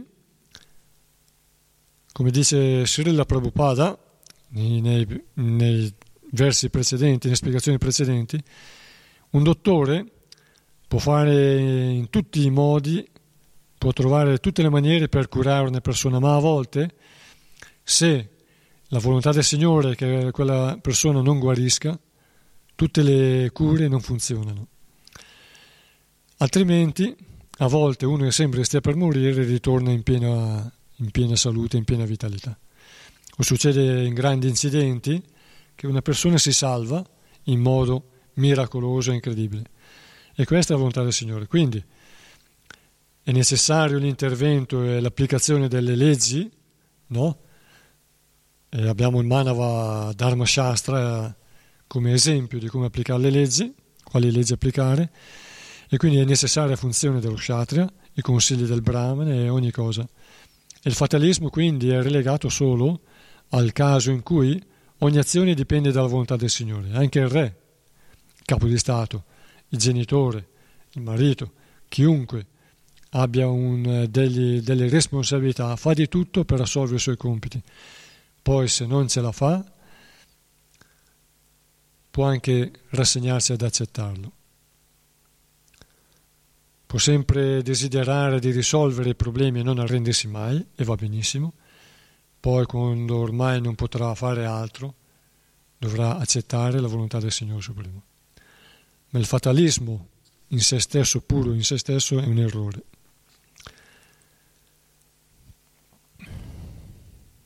come dice Srila Prabhupada nei versi precedenti, nelle spiegazioni precedenti, un dottore può fare in tutti i modi, può trovare tutte le maniere per curare una persona, ma a volte, se la volontà del Signore è che quella persona non guarisca, tutte le cure non funzionano. Altrimenti, a volte uno che sembra stia per morire ritorna in piena salute, in piena vitalità. O succede in grandi incidenti che una persona si salva in modo miracoloso e incredibile. E questa è la volontà del Signore. Quindi è necessario l'intervento e l'applicazione delle leggi, no? E abbiamo il Manava Dharma Shastra come esempio di come applicare le leggi, quali leggi applicare, e quindi è necessaria la funzione dello Kshatriya, i consigli del Brahmana e ogni cosa. E il fatalismo quindi è relegato solo al caso in cui ogni azione dipende dalla volontà del Signore. Anche il re, il capo di Stato, il genitore, il marito, chiunque abbia delle responsabilità, fa di tutto per assolvere i suoi compiti. Poi se non ce la fa, può anche rassegnarsi ad accettarlo. Può sempre desiderare di risolvere i problemi e non arrendersi mai, e va benissimo. Poi quando ormai non potrà fare altro, dovrà accettare la volontà del Signore Supremo. Ma il fatalismo in se stesso, puro in se stesso, è un errore.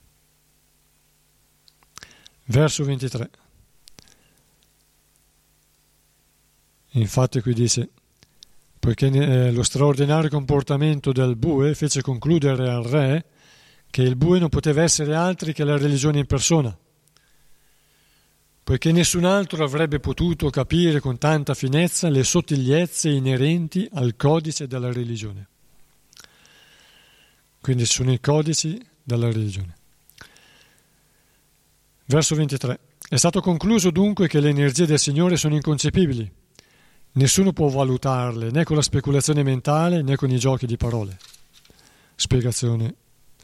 Verso 23. Infatti qui dice: poiché lo straordinario comportamento del bue fece concludere al re che il bue non poteva essere altri che la religione in persona, poiché nessun altro avrebbe potuto capire con tanta finezza le sottigliezze inerenti al codice della religione. Quindi sono i codici della religione. Verso 23. È stato concluso dunque che le energie del Signore sono inconcepibili. Nessuno può valutarle, né con la speculazione mentale né con i giochi di parole. Spiegazione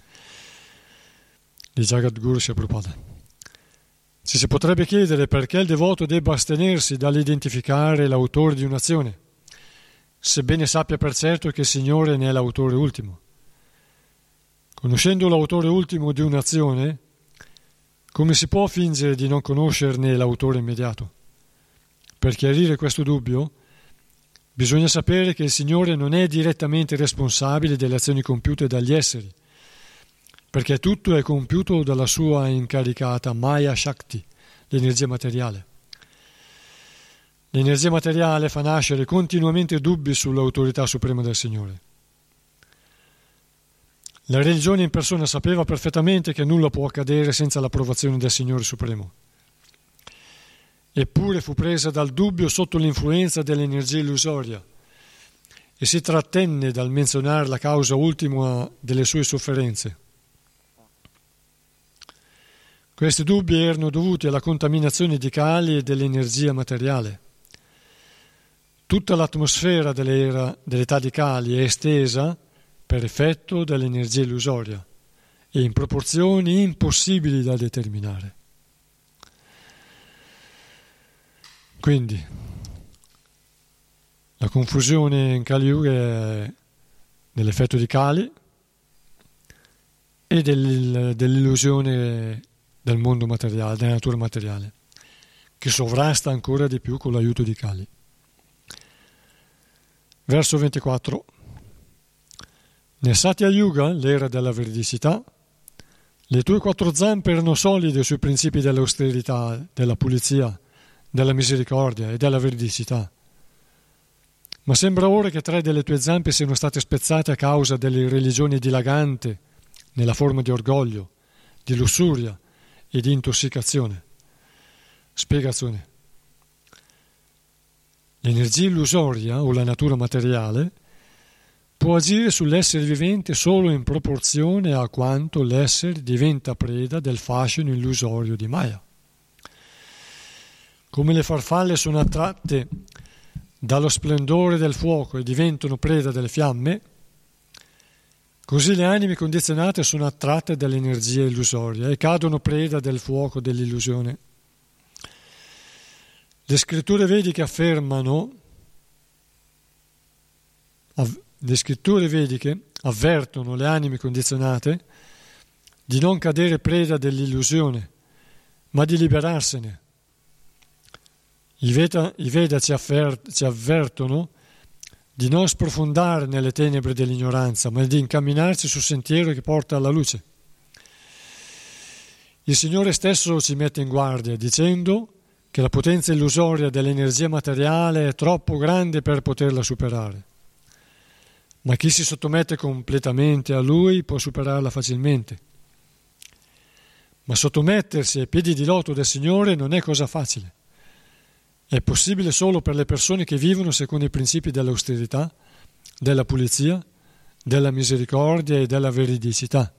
di Jagadguru Srila Prabhupada. Ci si potrebbe chiedere perché il devoto debba astenersi dall'identificare l'autore di un'azione, sebbene sappia per certo che il Signore ne è l'autore ultimo. Conoscendo l'autore ultimo di un'azione, come si può fingere di non conoscerne l'autore immediato? Per chiarire questo dubbio, bisogna sapere che il Signore non è direttamente responsabile delle azioni compiute dagli esseri, perché tutto è compiuto dalla sua incaricata Maya Shakti, l'energia materiale. L'energia materiale fa nascere continuamente dubbi sull'autorità suprema del Signore. La religione in persona sapeva perfettamente che nulla può accadere senza l'approvazione del Signore Supremo. Eppure fu presa dal dubbio sotto l'influenza dell'energia illusoria e si trattenne dal menzionare la causa ultima delle sue sofferenze. Questi dubbi erano dovuti alla contaminazione di Kali e dell'energia materiale. Tutta l'atmosfera dell'età di Kali è estesa per effetto dell'energia illusoria e in proporzioni impossibili da determinare. Quindi la confusione in Kali Yuga è dell'effetto di Kali e dell'illusione del mondo materiale, della natura materiale, che sovrasta ancora di più con l'aiuto di Kali. Verso 24. Nel Satya Yuga, l'era della veridicità, le tue quattro zampe erano solide sui principi dell'austerità, della pulizia, della misericordia e della veridicità. Ma sembra ora che tre delle tue zampe siano state spezzate a causa delle religioni dilagante nella forma di orgoglio, di lussuria e di intossicazione. Spiegazione. L'energia illusoria o la natura materiale può agire sull'essere vivente solo in proporzione a quanto l'essere diventa preda del fascino illusorio di Maya. Come le farfalle sono attratte dallo splendore del fuoco e diventano preda delle fiamme, così le anime condizionate sono attratte dall'energia illusoria e cadono preda del fuoco dell'illusione. Le scritture vediche avvertono le anime condizionate di non cadere preda dell'illusione, ma di liberarsene. I Veda ci avvertono di non sprofondare nelle tenebre dell'ignoranza, ma di incamminarci sul sentiero che porta alla luce. Il Signore stesso ci mette in guardia dicendo che la potenza illusoria dell'energia materiale è troppo grande per poterla superare. Ma chi si sottomette completamente a Lui può superarla facilmente. Ma sottomettersi ai piedi di loto del Signore non è cosa facile. È possibile solo per le persone che vivono secondo i principi dell'austerità, della pulizia, della misericordia e della veridicità.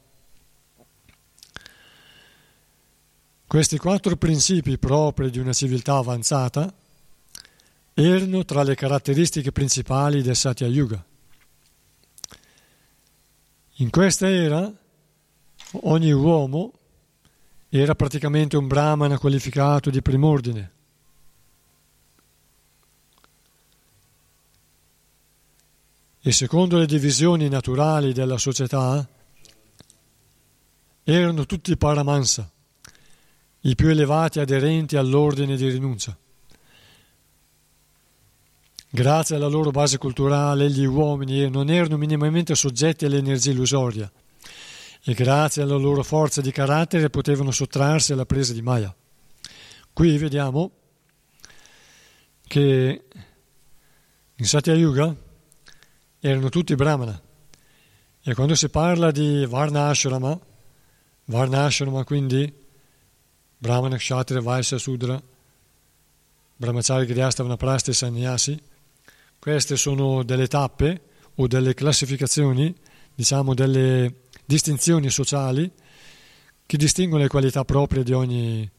Questi quattro principi propri di una civiltà avanzata erano tra le caratteristiche principali del Satya Yuga. In questa era ogni uomo era praticamente un brahmana qualificato di prim'ordine. E secondo le divisioni naturali della società erano tutti paramansa, i più elevati aderenti all'ordine di rinuncia. Grazie alla loro base culturale gli uomini non erano minimamente soggetti all'energia illusoria e grazie alla loro forza di carattere potevano sottrarsi alla presa di Maya. Qui vediamo che in Satya Yuga erano tutti brahmana, e quando si parla di Varna Ashrama quindi brahmana, kshatriya, vaisya, sudra, brahmacari, grihastha, vanaprastha e sannyasi, queste sono delle tappe o delle classificazioni, diciamo delle distinzioni sociali che distinguono le qualità proprie di ogni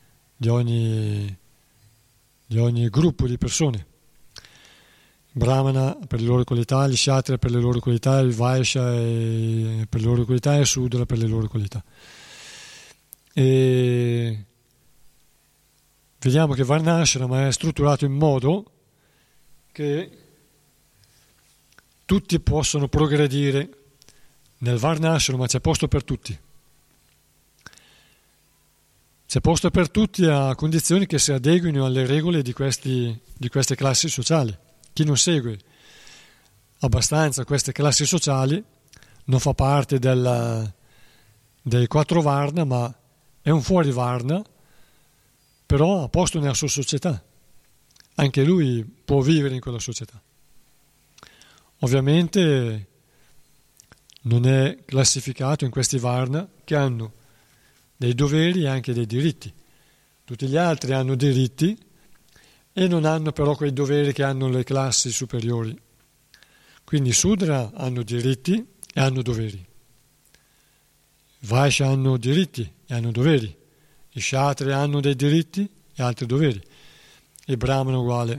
gruppo di persone. Brahmana per le loro qualità, gli kshatriya per le loro qualità, il vaishya per le loro qualità e il sudra per le loro qualità. E vediamo che Varnashrama è strutturato in modo che tutti possono progredire. Nel Varnashrama c'è posto per tutti. C'è posto per tutti a condizioni che si adeguino alle regole di queste classi sociali. Chi non segue abbastanza queste classi sociali non fa parte dei 4 Varna, ma è un fuori Varna, però ha posto nella sua società. Anche lui può vivere in quella società. Ovviamente non è classificato in questi Varna che hanno dei doveri e anche dei diritti. Tutti gli altri hanno diritti e non hanno però quei doveri che hanno le classi superiori. Quindi i Sudra hanno diritti e hanno doveri. I Vaishya hanno diritti e hanno doveri. I Kshatriya hanno dei diritti e altri doveri. E Brahmana uguale.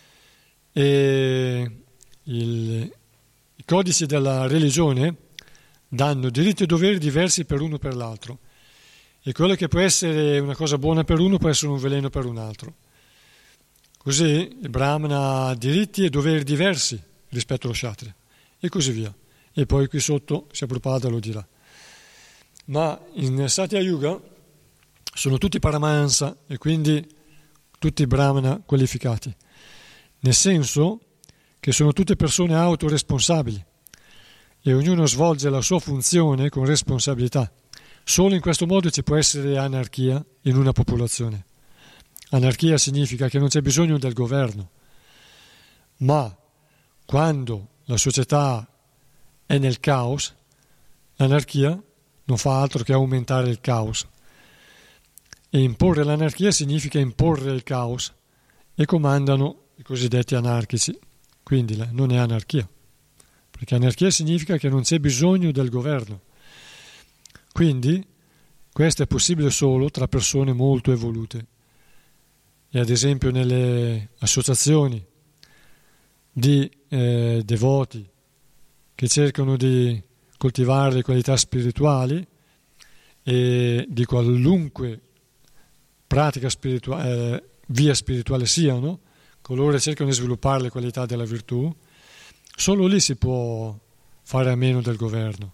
E i codici della religione danno diritti e doveri diversi per uno e per l'altro. E quello che può essere una cosa buona per uno può essere un veleno per un altro. Così il Brahmana ha diritti e doveri diversi rispetto allo Kshatriya, e così via. E poi qui sotto, se Prabhupada lo dirà. Ma in Satya Yuga sono tutti Paramahansa e quindi tutti Brahmana qualificati, nel senso che sono tutte persone autoresponsabili e ognuno svolge la sua funzione con responsabilità. Solo in questo modo ci può essere anarchia in una popolazione. Anarchia significa che non c'è bisogno del governo, ma quando la società è nel caos, l'anarchia non fa altro che aumentare il caos. E imporre l'anarchia significa imporre il caos, e comandano i cosiddetti anarchici. Quindi non è anarchia, perché anarchia significa che non c'è bisogno del governo. Quindi questo è possibile solo tra persone molto evolute. E ad esempio nelle associazioni di devoti che cercano di coltivare le qualità spirituali e di qualunque pratica spirituale, via spirituale siano, coloro che cercano di sviluppare le qualità della virtù, solo lì si può fare a meno del governo.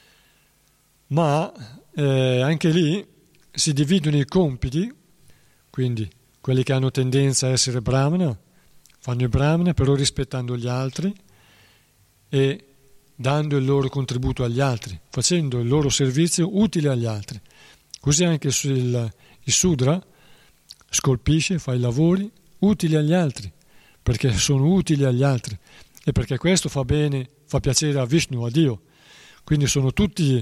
Ma anche lì si dividono i compiti, quindi quelli che hanno tendenza a essere brahmana fanno il brahmana, però rispettando gli altri e dando il loro contributo agli altri, facendo il loro servizio utile agli altri. Così anche il Sudra scolpisce, fa i lavori utili agli altri, perché sono utili agli altri e perché questo fa bene, fa piacere a Vishnu, a Dio. Quindi sono tutti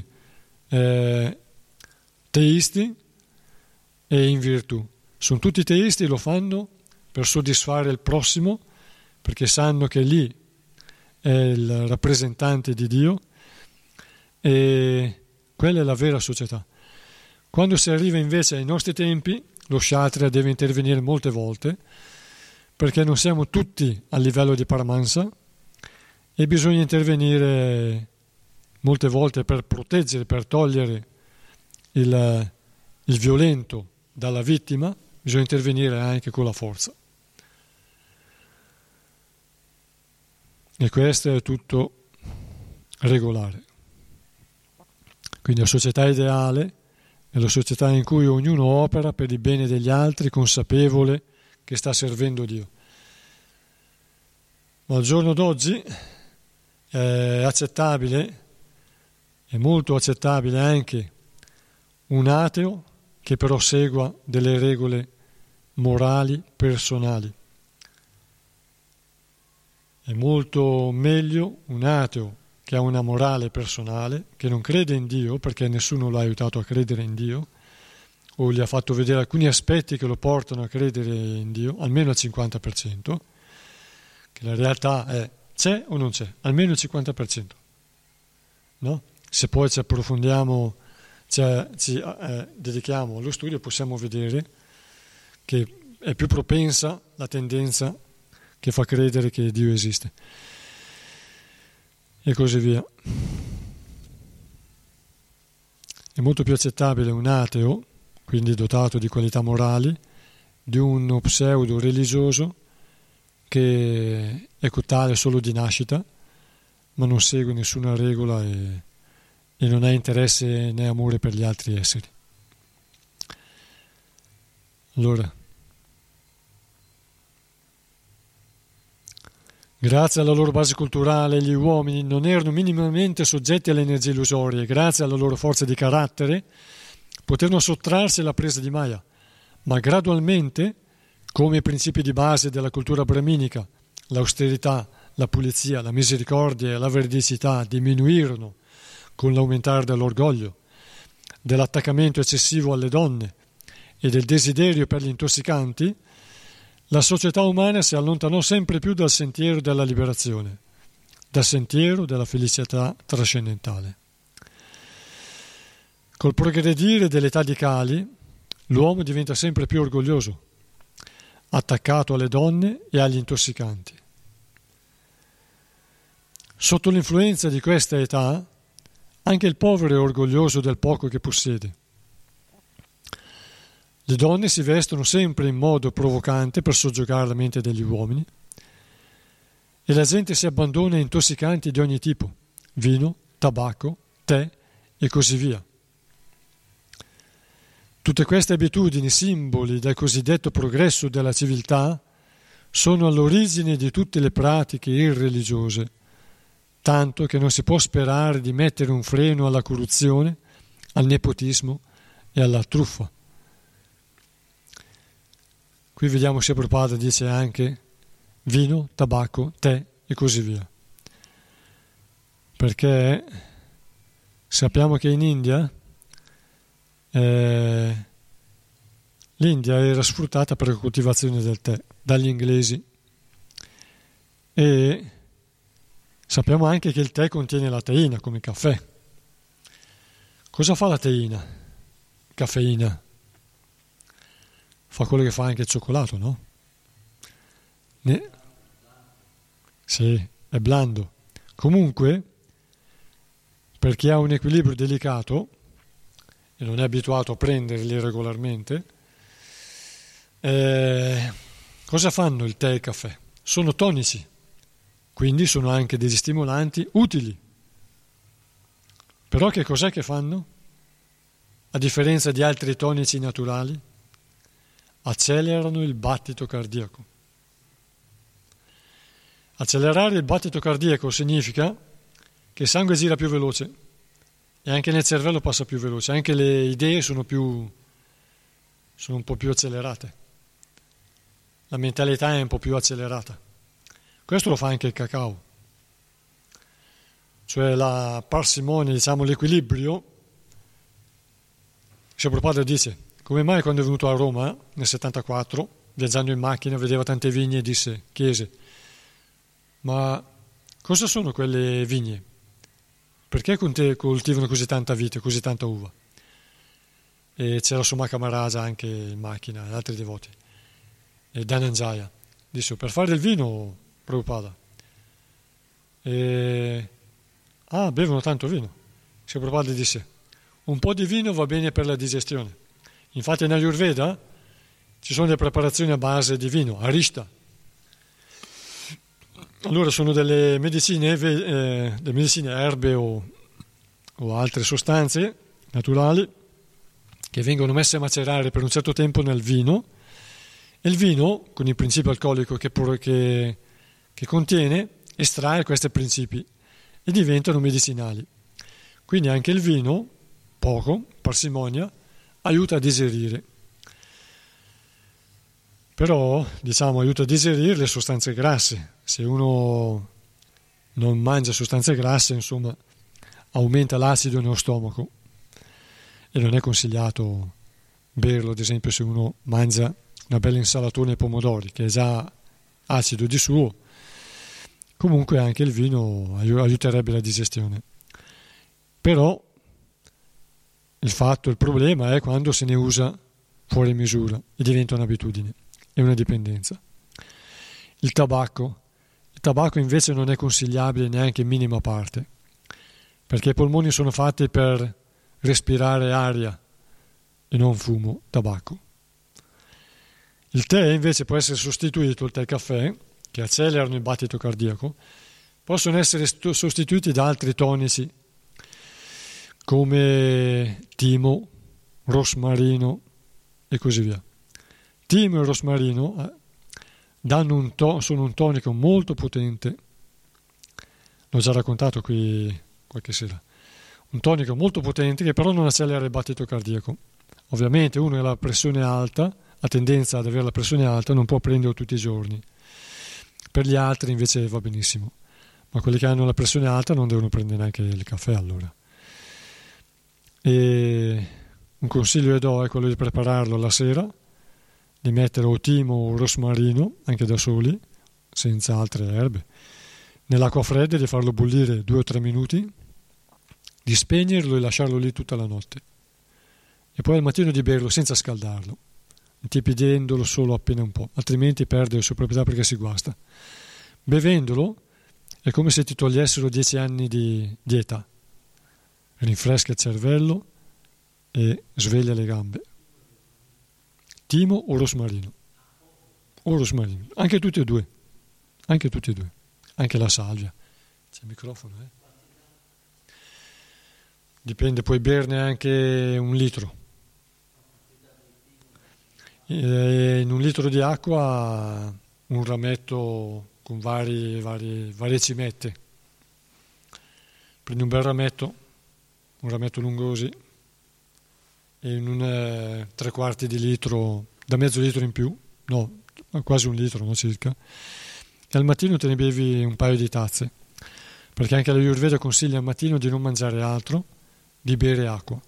teisti e in virtù. Sono tutti teisti e lo fanno per soddisfare il prossimo, perché sanno che lì è il rappresentante di Dio, e quella è la vera società. Quando si arriva invece ai nostri tempi, lo Kshatriya deve intervenire molte volte, perché non siamo tutti a livello di Paramahansa e bisogna intervenire molte volte per proteggere, per togliere il violento dalla vittima, bisogna intervenire anche con la forza. E questo è tutto regolare. Quindi la società ideale è la società in cui ognuno opera per il bene degli altri, consapevole che sta servendo Dio. Ma al giorno d'oggi è accettabile, è molto accettabile anche un ateo che però segua delle regole morali personali. È molto meglio un ateo che ha una morale personale, che non crede in Dio perché nessuno l'ha aiutato a credere in Dio, o gli ha fatto vedere alcuni aspetti che lo portano a credere in Dio, almeno al 50%, che la realtà è c'è o non c'è, almeno il 50%. No? Se poi ci approfondiamo, ci dedichiamo allo studio, possiamo vedere che è più propensa la tendenza che fa credere che Dio esiste. E così via. È molto più accettabile un ateo, quindi dotato di qualità morali, di uno pseudo religioso che è tale solo di nascita, ma non segue nessuna regola e non ha interesse né amore per gli altri esseri. Allora, grazie alla loro base culturale, gli uomini non erano minimamente soggetti alle energie illusorie. Grazie alla loro forza di carattere, poterono sottrarsi alla presa di Maya, ma gradualmente, come i principi di base della cultura brahminica, l'austerità, la pulizia, la misericordia e la veridicità diminuirono con l'aumentare dell'orgoglio, dell'attaccamento eccessivo alle donne e del desiderio per gli intossicanti. La società umana si allontanò sempre più dal sentiero della liberazione, dal sentiero della felicità trascendentale. Col progredire dell'età di Kali, l'uomo diventa sempre più orgoglioso, attaccato alle donne e agli intossicanti. Sotto l'influenza di questa età, anche il povero è orgoglioso del poco che possiede. Le donne si vestono sempre in modo provocante per soggiogare la mente degli uomini e la gente si abbandona a intossicanti di ogni tipo, vino, tabacco, tè e così via. Tutte queste abitudini, simboli del cosiddetto progresso della civiltà, sono all'origine di tutte le pratiche irreligiose, tanto che non si può sperare di mettere un freno alla corruzione, al nepotismo e alla truffa. Qui vediamo se Prabhupada dice anche vino, tabacco, tè e così via. Perché sappiamo che in India l'India era sfruttata per la coltivazione del tè dagli inglesi e sappiamo anche che il tè contiene la teina come il caffè. Cosa fa la teina? Caffeina. Fa quello che fa anche il cioccolato, no? Sì, è blando. Comunque, per chi ha un equilibrio delicato e non è abituato a prenderli regolarmente, cosa fanno il tè e il caffè? Sono tonici, quindi sono anche degli stimolanti utili. Però che cos'è che fanno? A differenza di altri tonici naturali, accelerano il battito cardiaco. Accelerare il battito cardiaco significa che il sangue gira più veloce e anche nel cervello passa più veloce, anche le idee sono un po' più accelerate. La mentalità è un po' più accelerata. Questo lo fa anche il cacao. Cioè la parsimonia, diciamo l'equilibrio. Se Prabhupada dice: come mai quando è venuto a Roma nel 74, viaggiando in macchina, vedeva tante vigne e chiese: ma cosa sono quelle vigne? Perché coltivano così tanta vite, così tanta uva? E c'era Sumaka Maharaja anche in macchina, e altri devoti, e Dhananjaya. Disse: per fare del vino, Prabhupada. Bevono tanto vino. Se Prabhupada disse: un po' di vino va bene per la digestione. Infatti in Ayurveda ci sono delle preparazioni a base di vino, arishta. Allora sono delle medicine erbe o altre sostanze naturali che vengono messe a macerare per un certo tempo nel vino, e il vino, con il principio alcolico che contiene, estrae questi principi e diventano medicinali. Quindi anche il vino, poco, parsimonia, aiuta a digerire. però diciamo aiuta a digerire le sostanze grasse. Se uno non mangia sostanze grasse, insomma, aumenta l'acido nello stomaco e non è consigliato berlo, ad esempio se uno mangia una bella insalatona ai pomodori che è già acido di suo. Comunque anche il vino aiuterebbe la digestione, però il problema è quando se ne usa fuori misura e diventa un'abitudine e una dipendenza. Il tabacco invece non è consigliabile neanche in minima parte, perché i polmoni sono fatti per respirare aria e non fumo, tabacco. Il tè invece può essere sostituito, il tè e il caffè, che accelerano il battito cardiaco, possono essere sostituiti da altri tonici come timo, rosmarino e così via. Timo e rosmarino sono un tonico molto potente, l'ho già raccontato qui qualche sera, un tonico molto potente che però non accelera il battito cardiaco. Ovviamente uno che ha la pressione alta, ha tendenza ad avere la pressione alta, non può prenderlo tutti i giorni. Per gli altri invece va benissimo, ma quelli che hanno la pressione alta non devono prendere neanche il caffè allora. E un consiglio che do è quello di prepararlo la sera, di mettere o timo o rosmarino, anche da soli, senza altre erbe, nell'acqua fredda, di farlo bollire 2 o 3 minuti, di spegnerlo e lasciarlo lì tutta la notte. E poi al mattino di berlo senza scaldarlo, intipidendolo solo appena un po', altrimenti perde le sue proprietà perché si guasta. Bevendolo è come se ti togliessero 10 anni di età, rinfresca il cervello e sveglia le gambe. Timo o rosmarino, anche tutti e due, anche la salvia. C'è il microfono, Dipende, puoi berne anche 1 litro. In 1 litro di acqua un rametto con varie cimette. Prendi un bel rametto lungo così, e in un 3/4 di litro, da mezzo litro in più, no, quasi 1 litro, no, circa, e al mattino te ne bevi un paio di tazze, perché anche la Ayurveda consiglia al mattino di non mangiare altro, di bere acqua.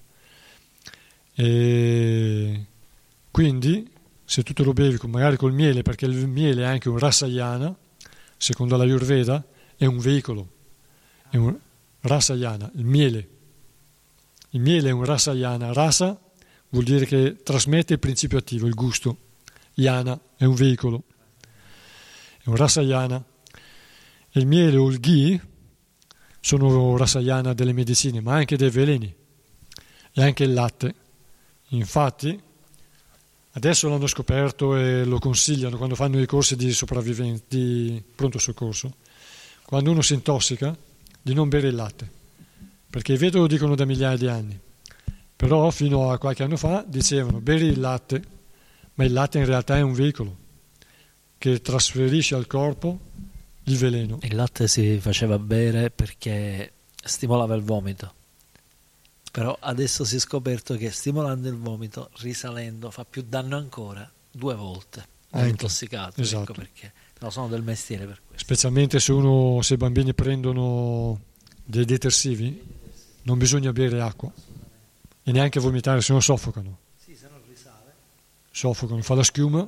E quindi se tu te lo bevi magari col miele, perché il miele è anche un rasayana, secondo la Ayurveda è un veicolo, è un rasayana, il miele è un rasayana. Rasa vuol dire che trasmette il principio attivo, il gusto. Yana è un veicolo, è un rasayana. E il miele o il ghee sono rasayana delle medicine, ma anche dei veleni, e anche il latte. Infatti adesso l'hanno scoperto e lo consigliano quando fanno i corsi di sopravvivenza, di pronto soccorso, quando uno si intossica, di non bere il latte, perché i Veda lo dicono da migliaia di anni, però fino a qualche anno fa dicevano bevi il latte, ma il latte in realtà è un veicolo che trasferisce al corpo il veleno. Il latte si faceva bere perché stimolava il vomito, però adesso si è scoperto che stimolando il vomito, risalendo, fa più danno ancora 2 volte intossicato. Esatto. Ecco perché sono del mestiere per questo. Specialmente se i bambini prendono dei detersivi, non bisogna bere acqua e neanche vomitare, se no soffocano. Sì, se non risale. Soffocano, fa la schiuma.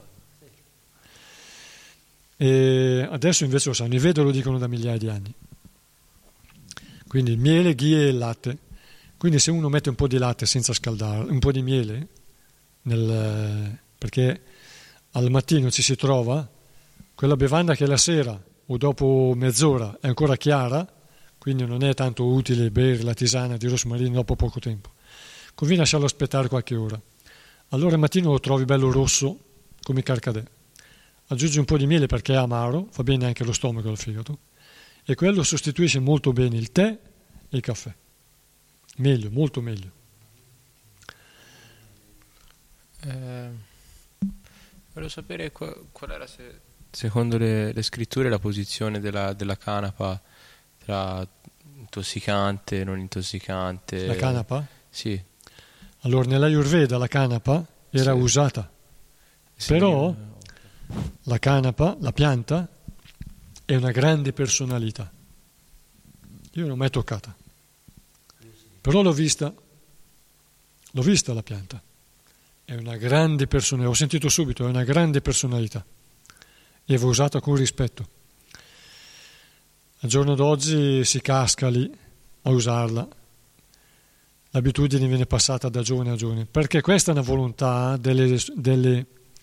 E adesso invece lo sanno, i Veda lo dicono da migliaia di anni. Quindi il miele, ghee e il latte. Quindi se uno mette un po' di latte senza scaldare, un po' di miele, perché al mattino ci si trova quella bevanda che la sera o dopo mezz'ora è ancora chiara, quindi non è tanto utile bere la tisana di rosmarino dopo poco tempo. Conviene lasciarlo aspettare qualche ora. Allora al mattino lo trovi bello rosso come carcadè. Aggiungi un po' di miele perché è amaro, fa bene anche allo stomaco e al fegato, e quello sostituisce molto bene il tè e il caffè. Meglio, molto meglio. Volevo sapere qual era, secondo le scritture, la posizione della canapa tra intossicante, non intossicante. La canapa? Sì. Allora, nell'Ayurveda la canapa era usata, Sì, però la canapa, la pianta, è una grande personalità. Io non l'ho mai toccata, però l'ho vista la pianta. È una grande personalità, ho sentito subito, è una grande personalità e va usata con rispetto. Al giorno d'oggi si casca lì a usarla, l'abitudine viene passata da giovane a giovane, perché questa è una volontà dei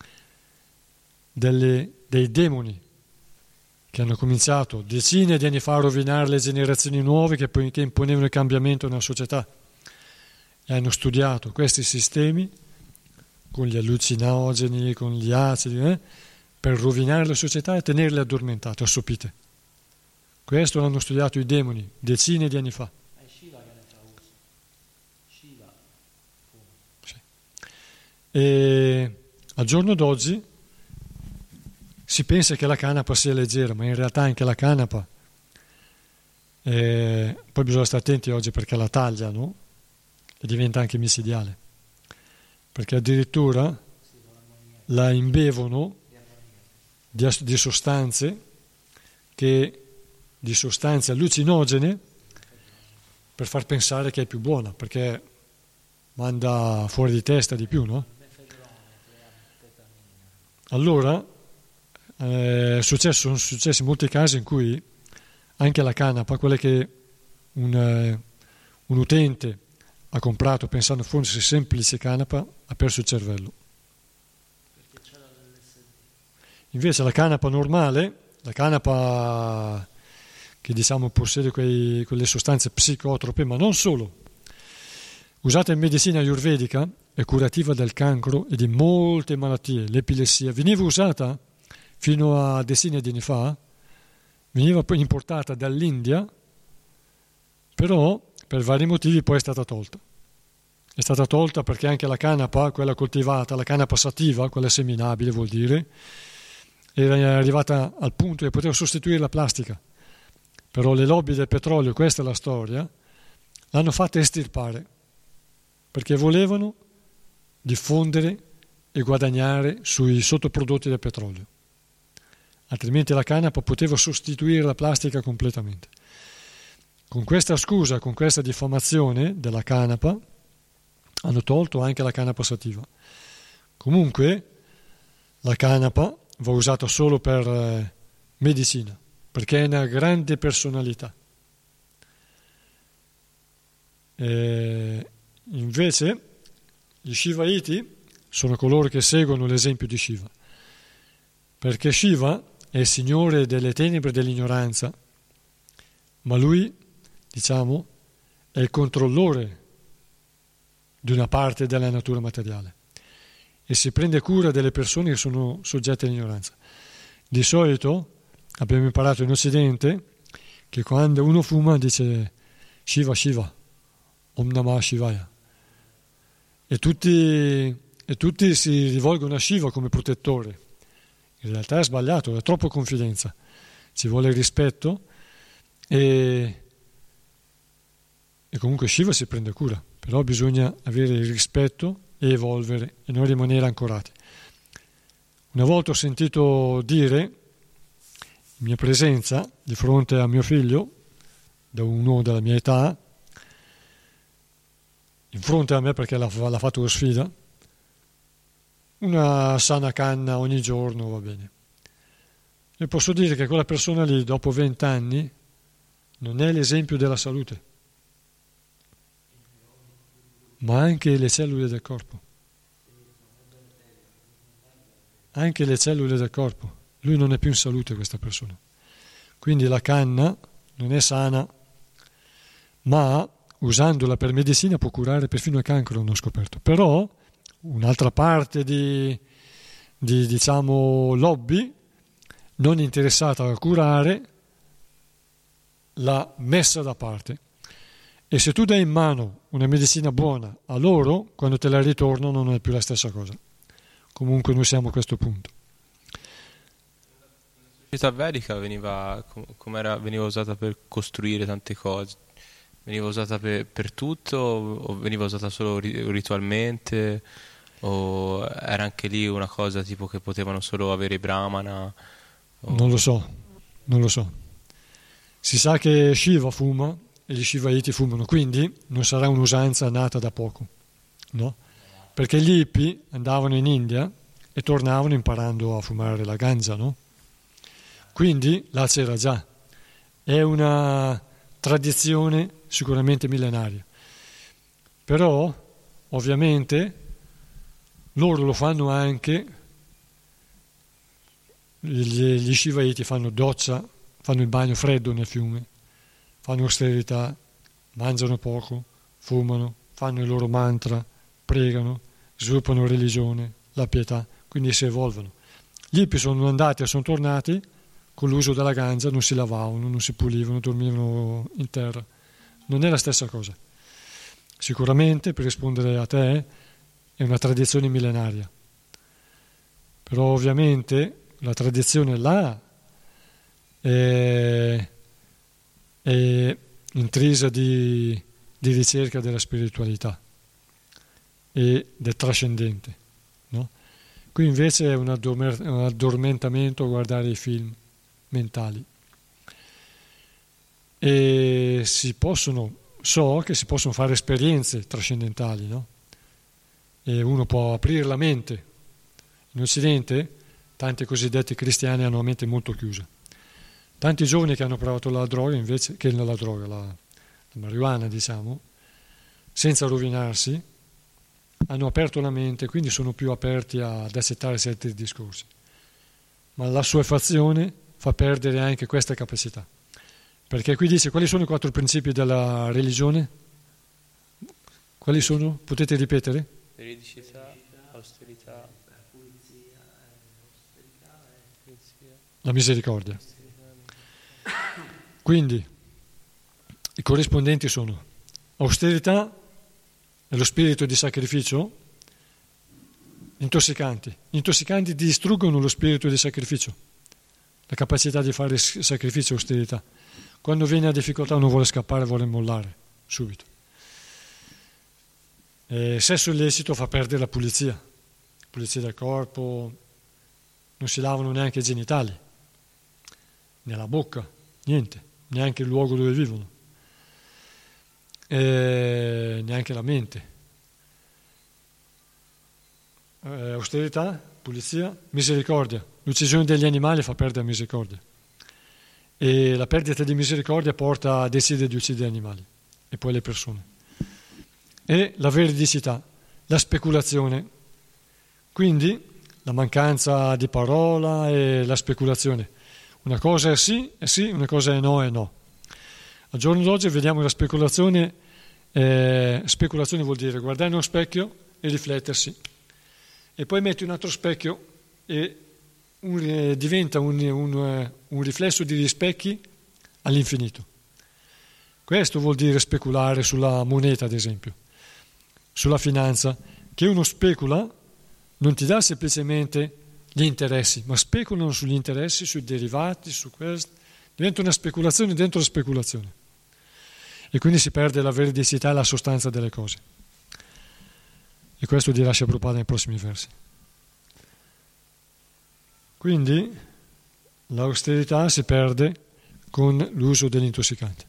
demoni che hanno cominciato decine di anni fa a rovinare le generazioni nuove che imponevano il cambiamento nella società e hanno studiato questi sistemi con gli allucinogeni, con gli acidi, per rovinare la società e tenerle addormentate, assopite. Questo l'hanno studiato i demoni decine di anni fa. È Shiva che ne fa uso. Shiva. Sì. E al giorno d'oggi si pensa che la canapa sia leggera, ma in realtà anche la canapa, poi bisogna stare attenti oggi perché la tagliano e diventa anche micidiale, perché addirittura la imbevono di sostanze allucinogene per far pensare che è più buona, perché manda fuori di testa di più, no? Allora sono successi molti casi in cui anche la canapa, quella che un utente ha comprato pensando fosse semplice canapa, ha perso il cervello. Invece la canapa normale, la canapa che diciamo possiede quelle sostanze psicotrope, ma non solo, usata in medicina ayurvedica, è curativa del cancro e di molte malattie. L'epilessia veniva usata fino a decine di anni fa, veniva poi importata dall'India, però per vari motivi poi è stata tolta. È stata tolta perché anche la canapa, quella coltivata, la canapa sativa, quella seminabile vuol dire, era arrivata al punto che poteva sostituire la plastica. Però le lobby del petrolio, questa è la storia, l'hanno fatta estirpare, perché volevano diffondere e guadagnare sui sottoprodotti del petrolio. Altrimenti la canapa poteva sostituire la plastica completamente. Con questa scusa, con questa diffamazione della canapa, hanno tolto anche la canapa sativa. Comunque, la canapa va usata solo per medicina, perché è una grande personalità. Invece, gli Shivaiti sono coloro che seguono l'esempio di Shiva, perché Shiva è il signore delle tenebre e dell'ignoranza, ma lui, diciamo, è il controllore di una parte della natura materiale e si prende cura delle persone che sono soggette all'ignoranza. Di solito abbiamo imparato in Occidente che quando uno fuma dice Shiva Shiva, Om Namah Shivaya, e tutti si rivolgono a Shiva come protettore. In realtà è sbagliato, è troppo confidenza, ci vuole rispetto e comunque Shiva si prende cura, però bisogna avere il rispetto e evolvere e non rimanere ancorati. Una volta ho sentito dire, in mia presenza, di fronte a mio figlio, da uno della mia età, in fronte a me perché l'ha fatto una sfida, una sana canna ogni giorno va bene. E posso dire che quella persona lì, dopo 20 anni, non è l'esempio della salute, ma anche le cellule del corpo. Anche le cellule del corpo. Lui non è più in salute, questa persona. Quindi la canna non è sana, ma usandola per medicina può curare perfino il cancro, non ho scoperto. Però un'altra parte di diciamo lobby non interessata a curare l'ha messa da parte. E se tu dai in mano una medicina buona a loro, quando te la ritornano non è più la stessa cosa. Comunque noi siamo a questo punto. La società vedica veniva usata per costruire tante cose. Veniva usata per tutto o veniva usata solo ritualmente? O era anche lì una cosa tipo che potevano solo avere i brahmana? Non lo so. Si sa che Shiva fuma e gli Shivaiti fumano, quindi non sarà un'usanza nata da poco, no? Perché gli hippie andavano in India e tornavano imparando a fumare la ganja, no? Quindi là c'era già. È una tradizione sicuramente millenaria. Però, ovviamente, loro lo fanno anche, gli Shivaiti fanno doccia, fanno il bagno freddo nel fiume, fanno austerità, mangiano poco, fumano, fanno il loro mantra, pregano, sviluppano religione, la pietà, quindi si evolvono. Gli hippie sono andati e sono tornati con l'uso della ganja, non si lavavano, non si pulivano, dormivano in terra. Non è la stessa cosa. Sicuramente, per rispondere a te, è una tradizione millenaria. Però ovviamente la tradizione là è intrisa di ricerca della spiritualità e del trascendente, no? Qui invece è un addormentamento a guardare i film mentali. E so che si possono fare esperienze trascendentali, no? E uno può aprire la mente. In Occidente tanti cosiddetti cristiani hanno la mente molto chiusa. Tanti giovani che hanno provato la droga, invece che la marijuana, diciamo, senza rovinarsi, hanno aperto la mente, quindi sono più aperti ad accettare certi discorsi. Ma l'assuefazione fa perdere anche questa capacità. Perché qui dice quali sono i 4 principi della religione? Quali sono? Potete ripetere? Veridicità, austerità, La misericordia. Quindi i corrispondenti sono austerità e lo spirito di sacrificio, intossicanti. Gli intossicanti distruggono lo spirito di sacrificio, la capacità di fare sacrificio e austerità. Quando viene a difficoltà uno vuole scappare, vuole mollare subito. Sesso illecito fa perdere la pulizia del corpo, non si lavano neanche i genitali, nella bocca, niente, neanche il luogo dove vivono, neanche la mente. Austerità, pulizia, misericordia. L'uccisione degli animali fa perdere misericordia. E la perdita di misericordia porta a decidere di uccidere gli animali e poi le persone. E la veridicità, la speculazione, quindi la mancanza di parola e la speculazione. Una cosa è sì, una cosa è no. Al giorno d'oggi vediamo la speculazione. Speculazione vuol dire guardare in uno specchio e riflettersi, e poi metti un altro specchio e diventa un riflesso di specchi all'infinito. Questo vuol dire speculare sulla moneta, ad esempio, sulla finanza, che uno specula non ti dà semplicemente gli interessi, ma speculano sugli interessi, sui derivati, su questo. Diventa una speculazione dentro la speculazione. E quindi si perde la veridicità e la sostanza delle cose. E questo dirà Prabhupada nei prossimi versi. Quindi l'austerità si perde con l'uso degli intossicanti.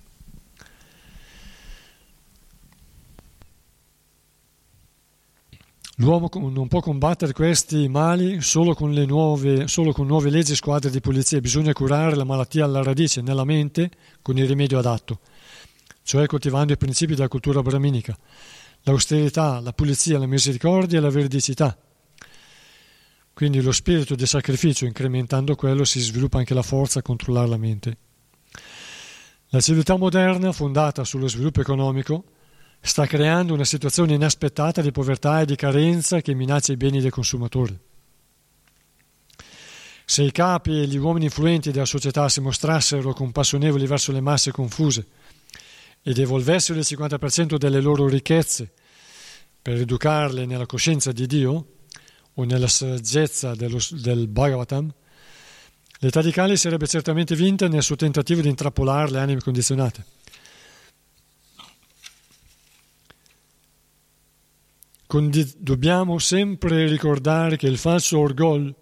L'uomo non può combattere questi mali solo con nuove leggi e squadre di polizia. Bisogna curare la malattia alla radice, nella mente, con il rimedio adatto, cioè coltivando i principi della cultura brahminica: l'austerità, la pulizia, la misericordia e la veridicità. Quindi lo spirito di sacrificio, incrementando quello, si sviluppa anche la forza a controllare la mente. La civiltà moderna, fondata sullo sviluppo economico, sta creando una situazione inaspettata di povertà e di carenza che minaccia i beni dei consumatori. Se i capi e gli uomini influenti della società si mostrassero compassionevoli verso le masse confuse e devolvessero il 50% delle loro ricchezze per educarle nella coscienza di Dio o nella saggezza del Bhagavatam, l'età di Kali sarebbe certamente vinta nel suo tentativo di intrappolare le anime condizionate. dobbiamo sempre ricordare che il falso orgoglio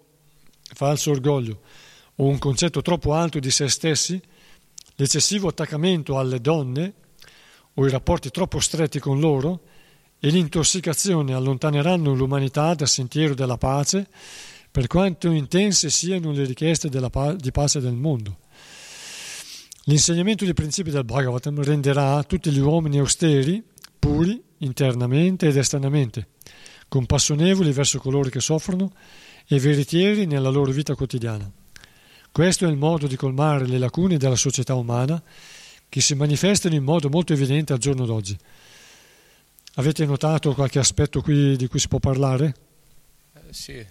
o un concetto troppo alto di se stessi, l'eccessivo attaccamento alle donne o i rapporti troppo stretti con loro e l'intossicazione allontaneranno l'umanità dal sentiero della pace, per quanto intense siano le richieste di pace del mondo. L'insegnamento dei principi del Bhagavatam renderà tutti gli uomini austeri, puri internamente ed esternamente, compassionevoli verso coloro che soffrono e veritieri nella loro vita quotidiana. Questo è il modo di colmare le lacune della società umana che si manifestano in modo molto evidente al giorno d'oggi. Avete notato qualche aspetto qui di cui si può parlare? Sì.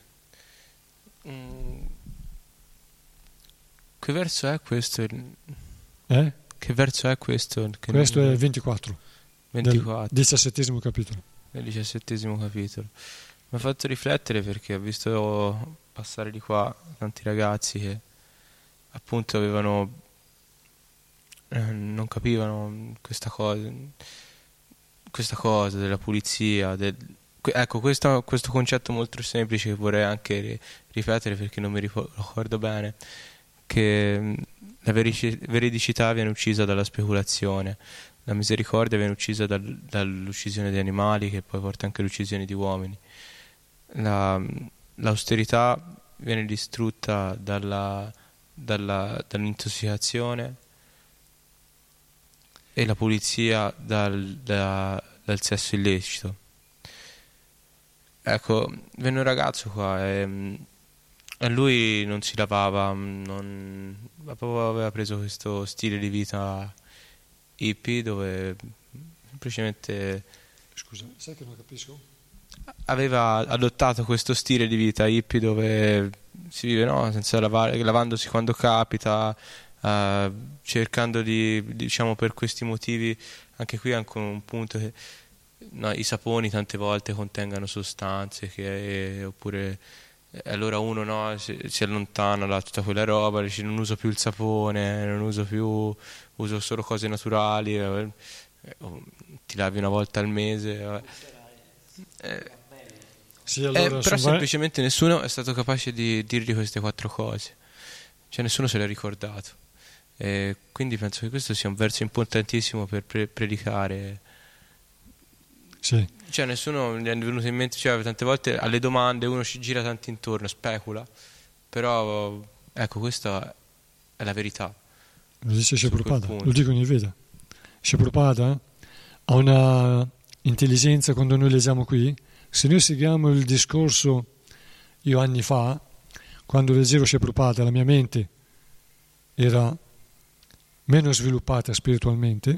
Che verso è questo? Che verso è questo? Questo è il 24. 24. Del 17° capitolo. Nel 17° capitolo. Mi ha fatto riflettere perché ho visto passare di qua tanti ragazzi che appunto avevano non capivano questa cosa della pulizia, ecco questo concetto molto semplice che vorrei anche ripetere perché non mi ricordo bene, che la veridicità viene uccisa dalla speculazione, la misericordia viene uccisa dall'uccisione di animali, che poi porta anche all'uccisione di uomini, l'austerità viene distrutta dall'intossicazione e la pulizia dal sesso illecito. Ecco, venne un ragazzo qua e lui non si lavava, proprio aveva preso questo stile di vita hippie dove semplicemente... Scusa, sai che non capisco? Aveva adottato questo stile di vita hippie dove si vive senza lavare, lavandosi quando capita, cercando diciamo per questi motivi, anche qui anche un punto che i saponi tante volte contengano sostanze oppure allora uno si allontana da tutta quella roba, dice non uso più il sapone, uso solo cose naturali, ti lavi una volta al mese. Sì, allora, però semplicemente nessuno è stato capace di dirgli queste 4 cose, cioè nessuno se l'ha ricordato, quindi penso che questo sia un verso importantissimo per predicare. Sì. Cioè nessuno gli è venuto in mente, cioè tante volte alle domande uno ci gira tanto intorno, specula, però ecco, questa è la verità. Lo dice Srila Prabhupada, lo dicono in Veda. Srila Prabhupada ha una intelligenza, quando noi leggiamo qui, se noi seguiamo il discorso io anni fa, quando leggevo Srila Prabhupada, la mia mente era meno sviluppata spiritualmente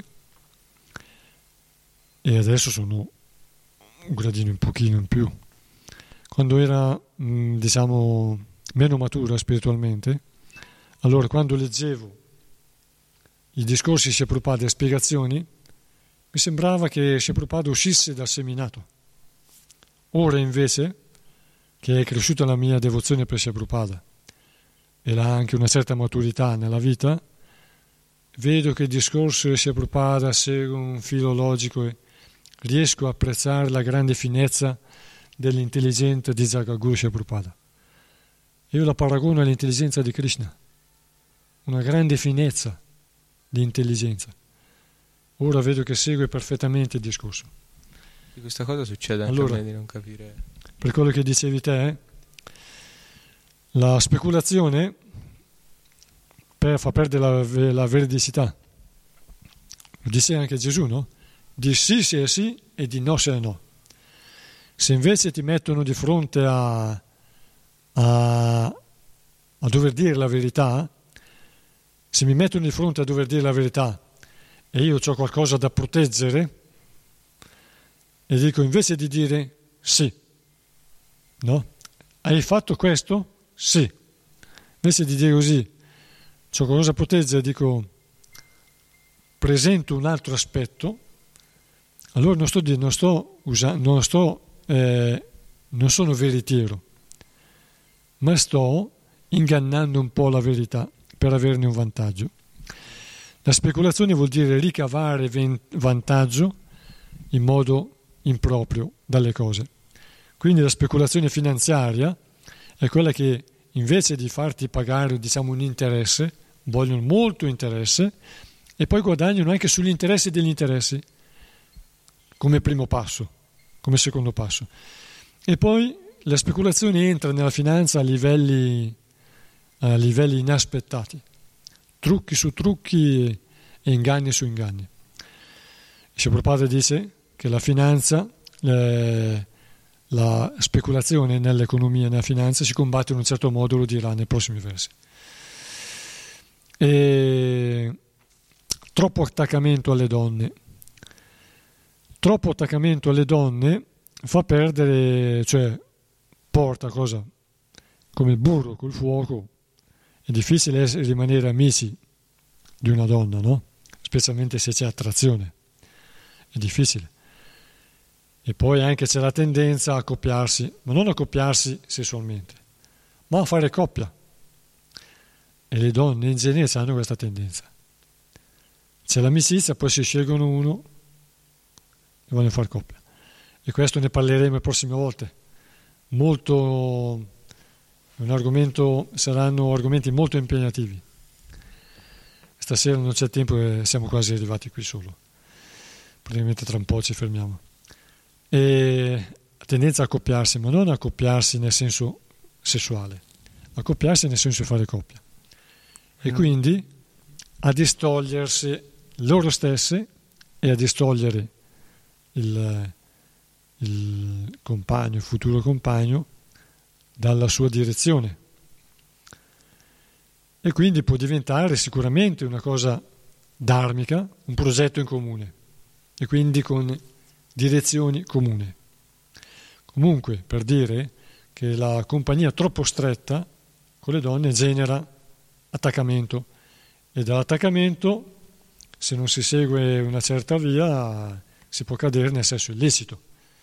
e adesso sono un gradino un pochino in più. Quando era diciamo meno matura spiritualmente, allora quando leggevo i discorsi di Srila Prabhupada e spiegazioni, mi sembrava che Srila Prabhupada uscisse dal seminato. Ora invece, che è cresciuta la mia devozione per Srila Prabhupada e ha anche una certa maturità nella vita, vedo che il discorso di Srila Prabhupada segue un filo logico e riesco a apprezzare la grande finezza dell'intelligenza di Jagadguru Srila Prabhupada. Io la paragono all'intelligenza di Krishna, una grande finezza di intelligenza. Ora vedo che segue perfettamente il discorso. Di questa cosa succede anche a me di non capire. Per quello che dicevi te, la speculazione fa perdere la veridicità. Lo dice anche Gesù, no? Di sì se è sì e di no se è no. Se invece ti mettono di fronte a dover dire la verità, se mi mettono di fronte a dover dire la verità e io ho qualcosa da proteggere e dico invece di dire sì, no? Hai fatto questo? Sì. Invece di dire così, c'ho qualcosa da proteggere, dico presento un altro aspetto, allora non sono veritiero, ma sto ingannando un po' la verità per averne un vantaggio. La speculazione vuol dire ricavare vantaggio in modo improprio dalle cose. Quindi la speculazione finanziaria è quella che invece di farti pagare, diciamo, un interesse, vogliono molto interesse e poi guadagnano anche sugli interessi degli interessi come primo passo, come secondo passo. E poi la speculazione entra nella finanza a livelli inaspettati, trucchi su trucchi e inganni su inganni. Shri Prabhupada dice che la finanza, la speculazione nell'economia e nella finanza si combatte in un certo modo, lo dirà nei prossimi versi. E troppo attaccamento alle donne. Troppo attaccamento alle donne fa perdere, cioè porta cosa? Come il burro col fuoco. È difficile rimanere amici di una donna, no? Specialmente se c'è attrazione. È difficile. E poi anche c'è la tendenza a accoppiarsi, ma non accoppiarsi sessualmente, ma a fare coppia. E le donne in genere hanno questa tendenza. C'è l'amicizia, poi si scelgono uno e vogliono fare coppia. E questo ne parleremo le prossime volte. Saranno argomenti molto impegnativi. Stasera non c'è tempo e siamo quasi arrivati qui solo. Probabilmente tra un po' ci fermiamo. E la tendenza a accoppiarsi, ma non accoppiarsi nel senso sessuale, accoppiarsi nel senso di fare coppia. E quindi a distogliersi loro stesse e a distogliere il compagno, il futuro compagno, dalla sua direzione. E quindi può diventare sicuramente una cosa dharmica, un progetto in comune, e quindi con direzioni comuni. Comunque, per dire che la compagnia troppo stretta con le donne genera attaccamento, e dall'attaccamento, se non si segue una certa via, si può cadere nel sesso illecito.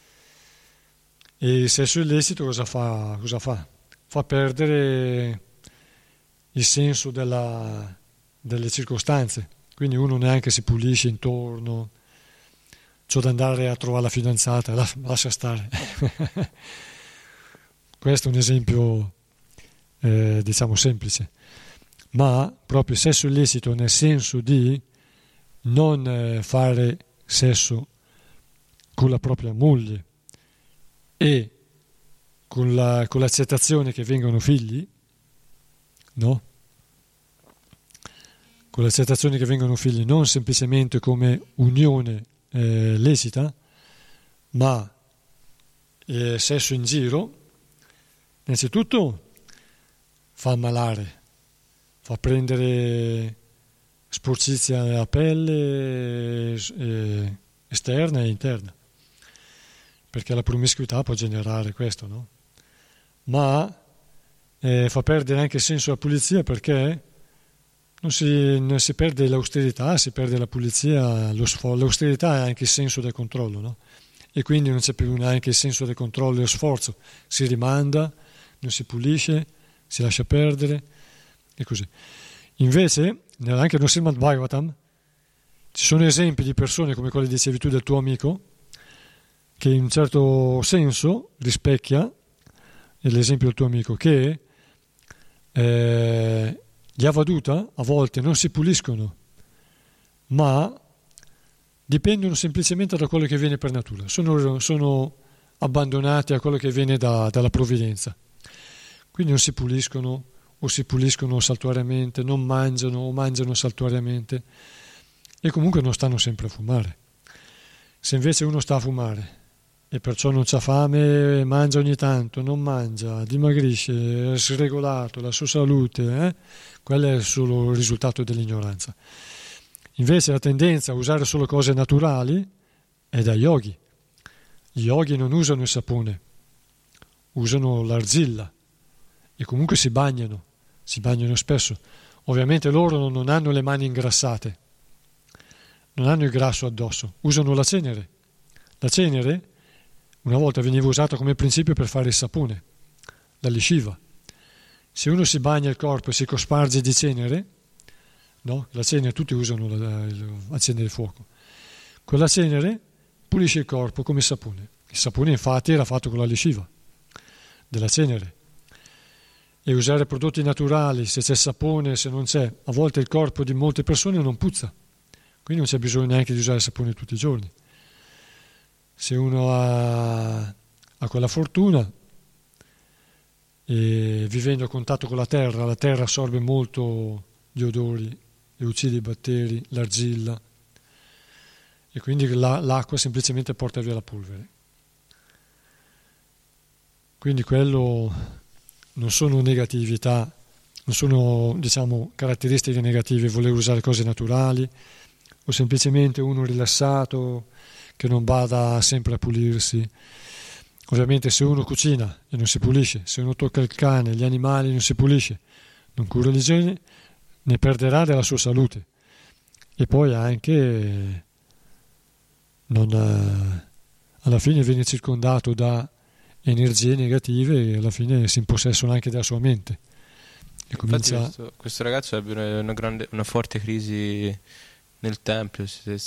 E il sesso illecito cosa fa? Fa perdere il senso delle circostanze, quindi uno neanche si pulisce intorno, c'ho da andare a trovare la fidanzata, lascia stare. Questo è un esempio diciamo semplice, ma proprio sesso illecito nel senso di non fare sesso con la propria moglie e con l'accettazione che vengano figli, no? Con l'accettazione che vengano figli, non semplicemente come unione lecita, ma sesso in giro, innanzitutto fa ammalare, fa prendere sporcizia alla pelle esterna e interna, perché la promiscuità può generare questo, no? Ma fa perdere anche il senso della pulizia, perché non si perde l'austerità, si perde la pulizia, l'austerità è anche il senso del controllo, no? E quindi non c'è più neanche il senso del controllo e lo sforzo, si rimanda, non si pulisce, si lascia perdere e così. Invece, anche nel Srimad Bhagavatam ci sono esempi di persone come quelli dicevi tu del tuo amico, che in un certo senso rispecchia l'esempio del tuo amico, che gli avaduta a volte non si puliscono, ma dipendono semplicemente da quello che viene per natura, sono abbandonati a quello che viene dalla provvidenza, quindi non si puliscono o si puliscono saltuariamente, non mangiano o mangiano saltuariamente e comunque non stanno sempre a fumare. Se invece uno sta a fumare e perciò non c'ha fame, mangia ogni tanto, non mangia, dimagrisce, è sregolato, la sua salute, quello è solo il risultato dell'ignoranza. Invece la tendenza a usare solo cose naturali è da yogi. Gli yogi non usano il sapone, usano l'argilla e comunque si bagnano spesso. Ovviamente loro non hanno le mani ingrassate, non hanno il grasso addosso, usano la cenere. La cenere una volta veniva usata come principio per fare il sapone, la lisciva. Se uno si bagna il corpo e si cosparge di cenere, no? La cenere, tutti usano a accendere il fuoco. Con la cenere pulisce il corpo come sapone. Il sapone infatti era fatto con la lessiva della cenere. E usare prodotti naturali, se c'è sapone, se non c'è, a volte il corpo di molte persone non puzza, quindi non c'è bisogno neanche di usare sapone tutti i giorni. Se uno ha quella fortuna, e vivendo a contatto con la terra assorbe molto gli odori e uccide i batteri, l'argilla, e quindi l'acqua semplicemente porta via la polvere. Quindi quello non sono negatività, non sono, diciamo, caratteristiche negative voler usare cose naturali, o semplicemente uno rilassato che non vada sempre a pulirsi. Ovviamente se uno cucina e non si pulisce, se uno tocca il cane, gli animali, non si pulisce, non cura l'igiene, ne perderà della sua salute. E poi anche alla fine viene circondato da energie negative e alla fine si impossessano anche della sua mente. E comincia... questo ragazzo ebbe una forte crisi nel tempio.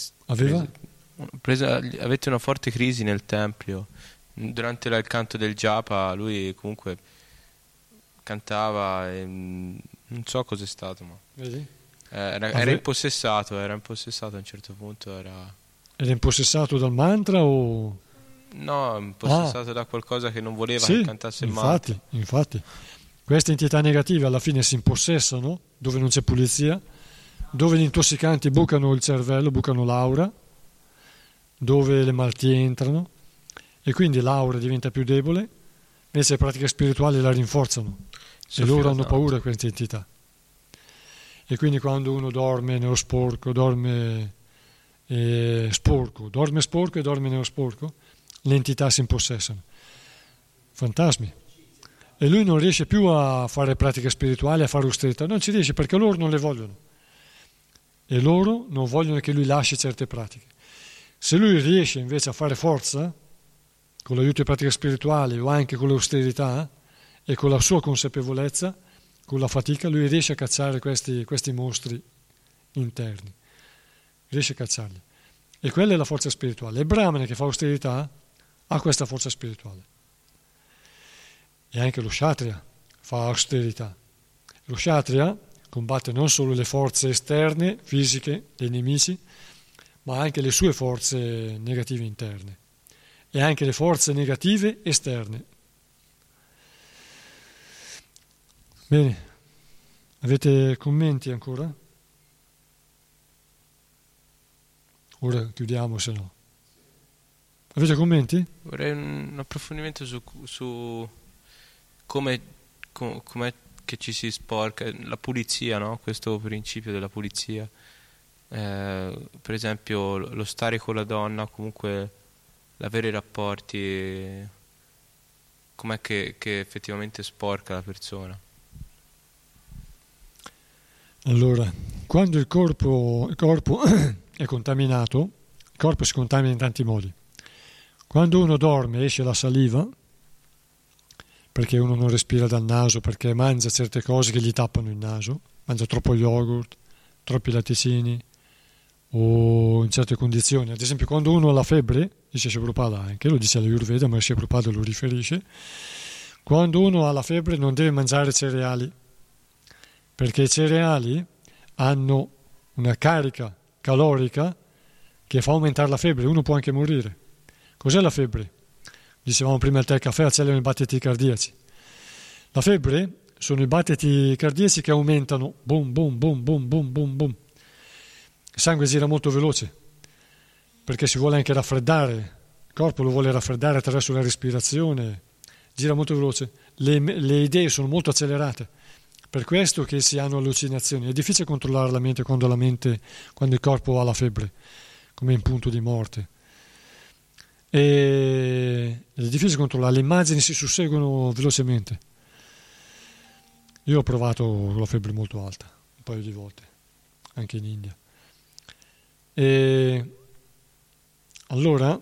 Avete una forte crisi nel tempio. Durante il canto del japa lui comunque cantava e non so cos'è stato, ma vedi? Era impossessato a un certo punto. Era impossessato dal mantra o... No, impossessato da qualcosa che non voleva che cantasse il mantra. Infatti, queste entità negative alla fine si impossessano dove non c'è pulizia, dove gli intossicanti bucano il cervello, bucano l'aura, dove le malattie entrano, e quindi l'aura diventa più debole, invece le pratiche spirituali la rinforzano e loro hanno paura di queste entità. E quindi quando uno dorme nello sporco, dorme sporco e dorme nello sporco, le entità si impossessano. Fantasmi. E lui non riesce più a fare pratiche spirituali, a fare austerità, non ci riesce perché loro non le vogliono. E loro non vogliono che lui lasci certe pratiche. Se lui riesce invece a fare forza, con l'aiuto di pratiche spirituali o anche con l'austerità e con la sua consapevolezza, con la fatica, lui riesce a cacciare questi mostri interni. Riesce a cacciarli. E quella è la forza spirituale. Il Brahmana che fa austerità ha questa forza spirituale. E anche lo Kshatriya fa austerità. Lo Kshatriya combatte non solo le forze esterne, fisiche, dei nemici, ma anche le sue forze negative interne e anche le forze negative esterne. Bene, avete commenti ancora? Ora chiudiamo, se no. Avete commenti? Vorrei un approfondimento su com'è che ci si sporca, la pulizia, no? Questo principio della pulizia. Per esempio lo stare con la donna, comunque l'avere rapporti, com'è che effettivamente sporca la persona? Allora, quando il corpo è contaminato, il corpo si contamina in tanti modi. Quando uno dorme esce la saliva, perché uno non respira dal naso, perché mangia certe cose che gli tappano il naso, mangia troppo yogurt, troppi latticini, o in certe condizioni. Ad esempio, quando uno ha la febbre, dice Prabhupada anche, lo dice l'Ayurveda, ma Prabhupada lo riferisce, quando uno ha la febbre non deve mangiare cereali, perché i cereali hanno una carica calorica che fa aumentare la febbre, uno può anche morire. Cos'è la febbre? Dicevamo prima il tè e il caffè accelerano i battiti cardiaci. La febbre sono i battiti cardiaci che aumentano, boom, boom, boom, boom, boom, boom, boom. Il sangue gira molto veloce, perché si vuole anche raffreddare, il corpo lo vuole raffreddare attraverso la respirazione, gira molto veloce, le idee sono molto accelerate, per questo che si hanno allucinazioni. È difficile controllare la mente quando il corpo ha la febbre, come in punto di morte. E è difficile controllare, le immagini si susseguono velocemente. Io ho provato con la febbre molto alta un paio di volte, anche in India. E allora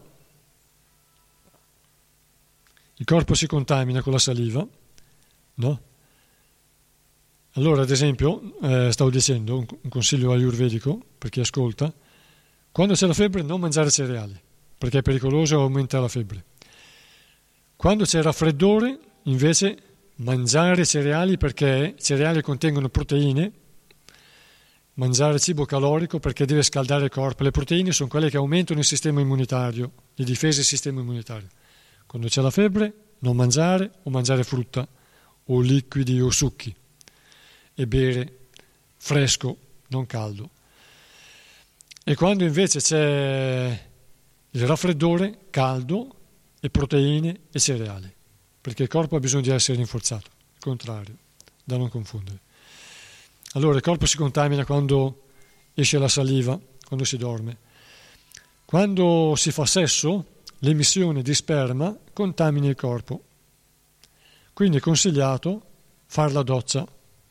il corpo si contamina con la saliva, no? Allora, ad esempio, stavo dicendo un consiglio ayurvedico per chi ascolta: quando c'è la febbre non mangiare cereali, perché è pericoloso e aumenta la febbre. Quando c'è raffreddore, invece, mangiare cereali, perché i cereali contengono proteine, mangiare cibo calorico perché deve scaldare il corpo. Le proteine sono quelle che aumentano il sistema immunitario, le difese del sistema immunitario. Quando c'è la febbre, non mangiare o mangiare frutta o liquidi o succhi e bere fresco, non caldo. E quando invece c'è il raffreddore, caldo e proteine e cereali, perché il corpo ha bisogno di essere rinforzato, il contrario, da non confondere. Allora il corpo si contamina quando esce la saliva, quando si dorme. Quando si fa sesso, l'emissione di sperma contamina il corpo. Quindi è consigliato fare la doccia.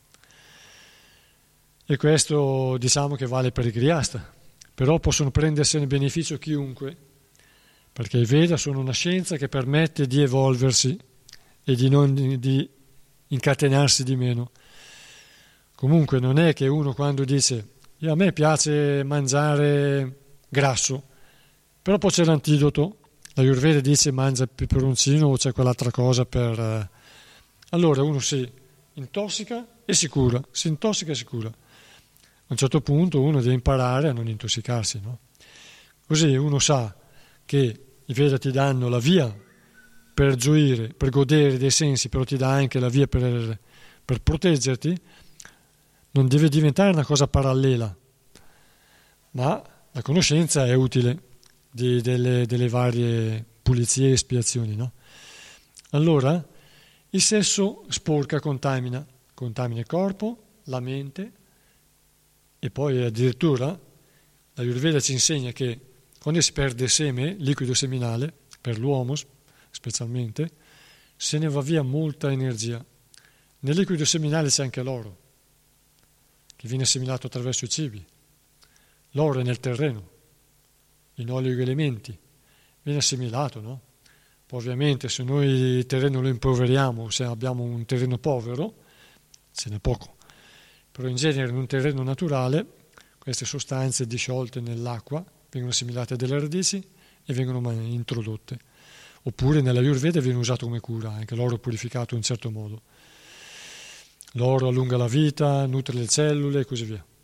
E questo diciamo che vale per i Grihasta, però possono prendersene beneficio chiunque, perché i Veda sono una scienza che permette di evolversi e di incatenarsi di meno. Comunque non è che uno quando dice a me piace mangiare grasso, però poi c'è l'antidoto, la Ayurveda dice mangia il peperoncino o c'è quell'altra cosa per... Allora uno si intossica e si cura, si intossica e si cura. A un certo punto uno deve imparare a non intossicarsi, no? Così uno sa che i Veda ti danno la via per gioire, per godere dei sensi, però ti dà anche la via per proteggerti. Non deve diventare una cosa parallela, ma la conoscenza è utile delle varie pulizie e espiazioni, no? Allora, il sesso sporca, contamina il corpo, la mente, e poi addirittura la Ayurveda ci insegna che quando si perde seme, liquido seminale, per l'uomo specialmente, se ne va via molta energia. Nel liquido seminale c'è anche l'oro, che viene assimilato attraverso i cibi. L'oro è nel terreno, in oligoelementi, viene assimilato, no? Poi ovviamente se noi il terreno lo impoveriamo, se abbiamo un terreno povero, ce n'è poco. Però in genere in un terreno naturale queste sostanze disciolte nell'acqua vengono assimilate dalle radici e vengono introdotte. Oppure nella Ayurveda viene usato come cura, anche l'oro purificato in un certo modo. L'oro allunga la vita, nutre le cellule e così via.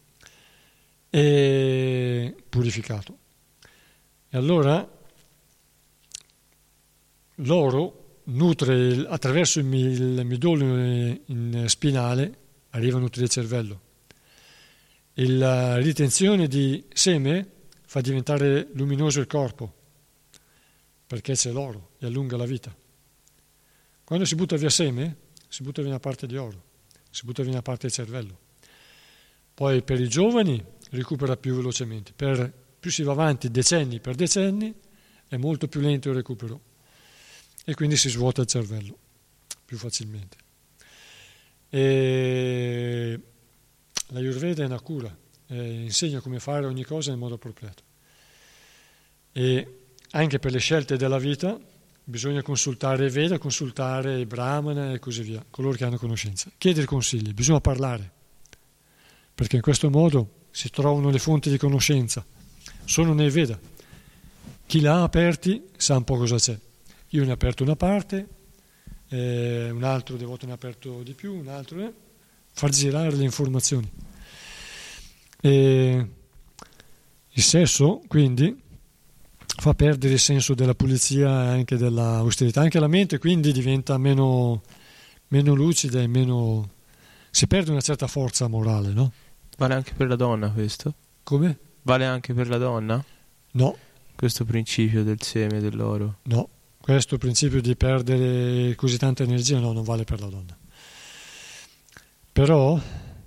E purificato. E allora l'oro nutre attraverso il midollo spinale, arriva a nutrire il cervello. E la ritenzione di seme fa diventare luminoso il corpo, perché c'è l'oro e allunga la vita. Quando si butta via seme, si butta via una parte di oro, si butta via una parte del cervello. Poi per i giovani recupera più velocemente, più si va avanti decenni per decenni è molto più lento il recupero e quindi si svuota il cervello più facilmente. E la Ayurveda è una cura, insegna come fare ogni cosa nel modo appropriato. E anche per le scelte della vita bisogna consultare i Veda, consultare i Brahmana e così via, coloro che hanno conoscenza. Chiedere consigli, bisogna parlare, perché in questo modo si trovano le fonti di conoscenza. Sono nei Veda. Chi l'ha aperti sa un po' cosa c'è. Io ne ho aperto una parte, un altro devoto ne ha aperto di più, un altro far girare le informazioni. E il sesso quindi fa perdere il senso della pulizia e anche dell'austerità, anche la mente quindi diventa meno lucida e meno, si perde una certa forza morale, no? Vale anche per la donna questo? Come? Vale anche per la donna? No. Questo principio del seme, dell'oro? No, questo principio di perdere così tanta energia no, non vale per la donna. Però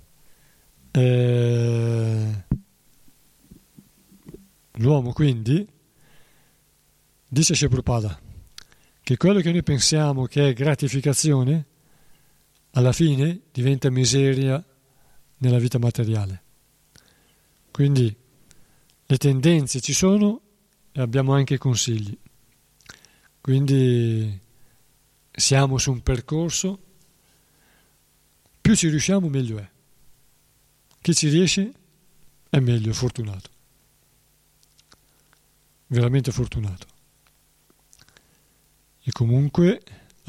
l'uomo quindi, dice Sri Prabhupada, che quello che noi pensiamo che è gratificazione, alla fine diventa miseria nella vita materiale. Quindi le tendenze ci sono e abbiamo anche i consigli. Quindi siamo su un percorso, più ci riusciamo meglio è. Chi ci riesce è meglio, è fortunato. Veramente fortunato. E comunque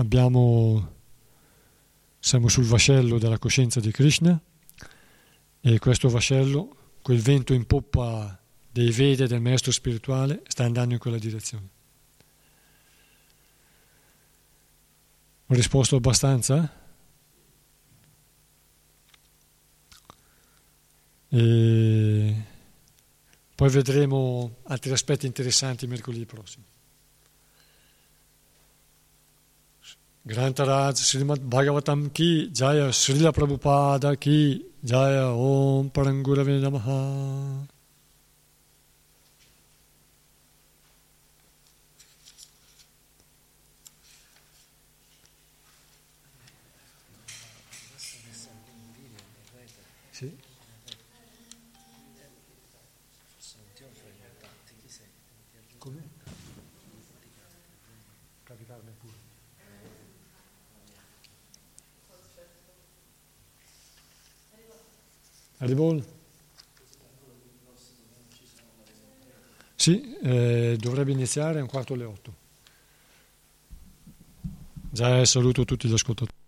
siamo sul vascello della coscienza di Krishna, e questo vascello, quel vento in poppa dei Veda e del maestro spirituale, sta andando in quella direzione. Ho risposto abbastanza? E poi vedremo altri aspetti interessanti mercoledì prossimo. Grantaraj Srimad Bhagavatam ki Jaya, Srila Prabhupada ki Jaya, Om Parangurave Namaha. Sì. Come? Capitarmi pure. Arrivo? Sì, dovrebbe iniziare a 7:15. Già saluto tutti gli ascoltatori.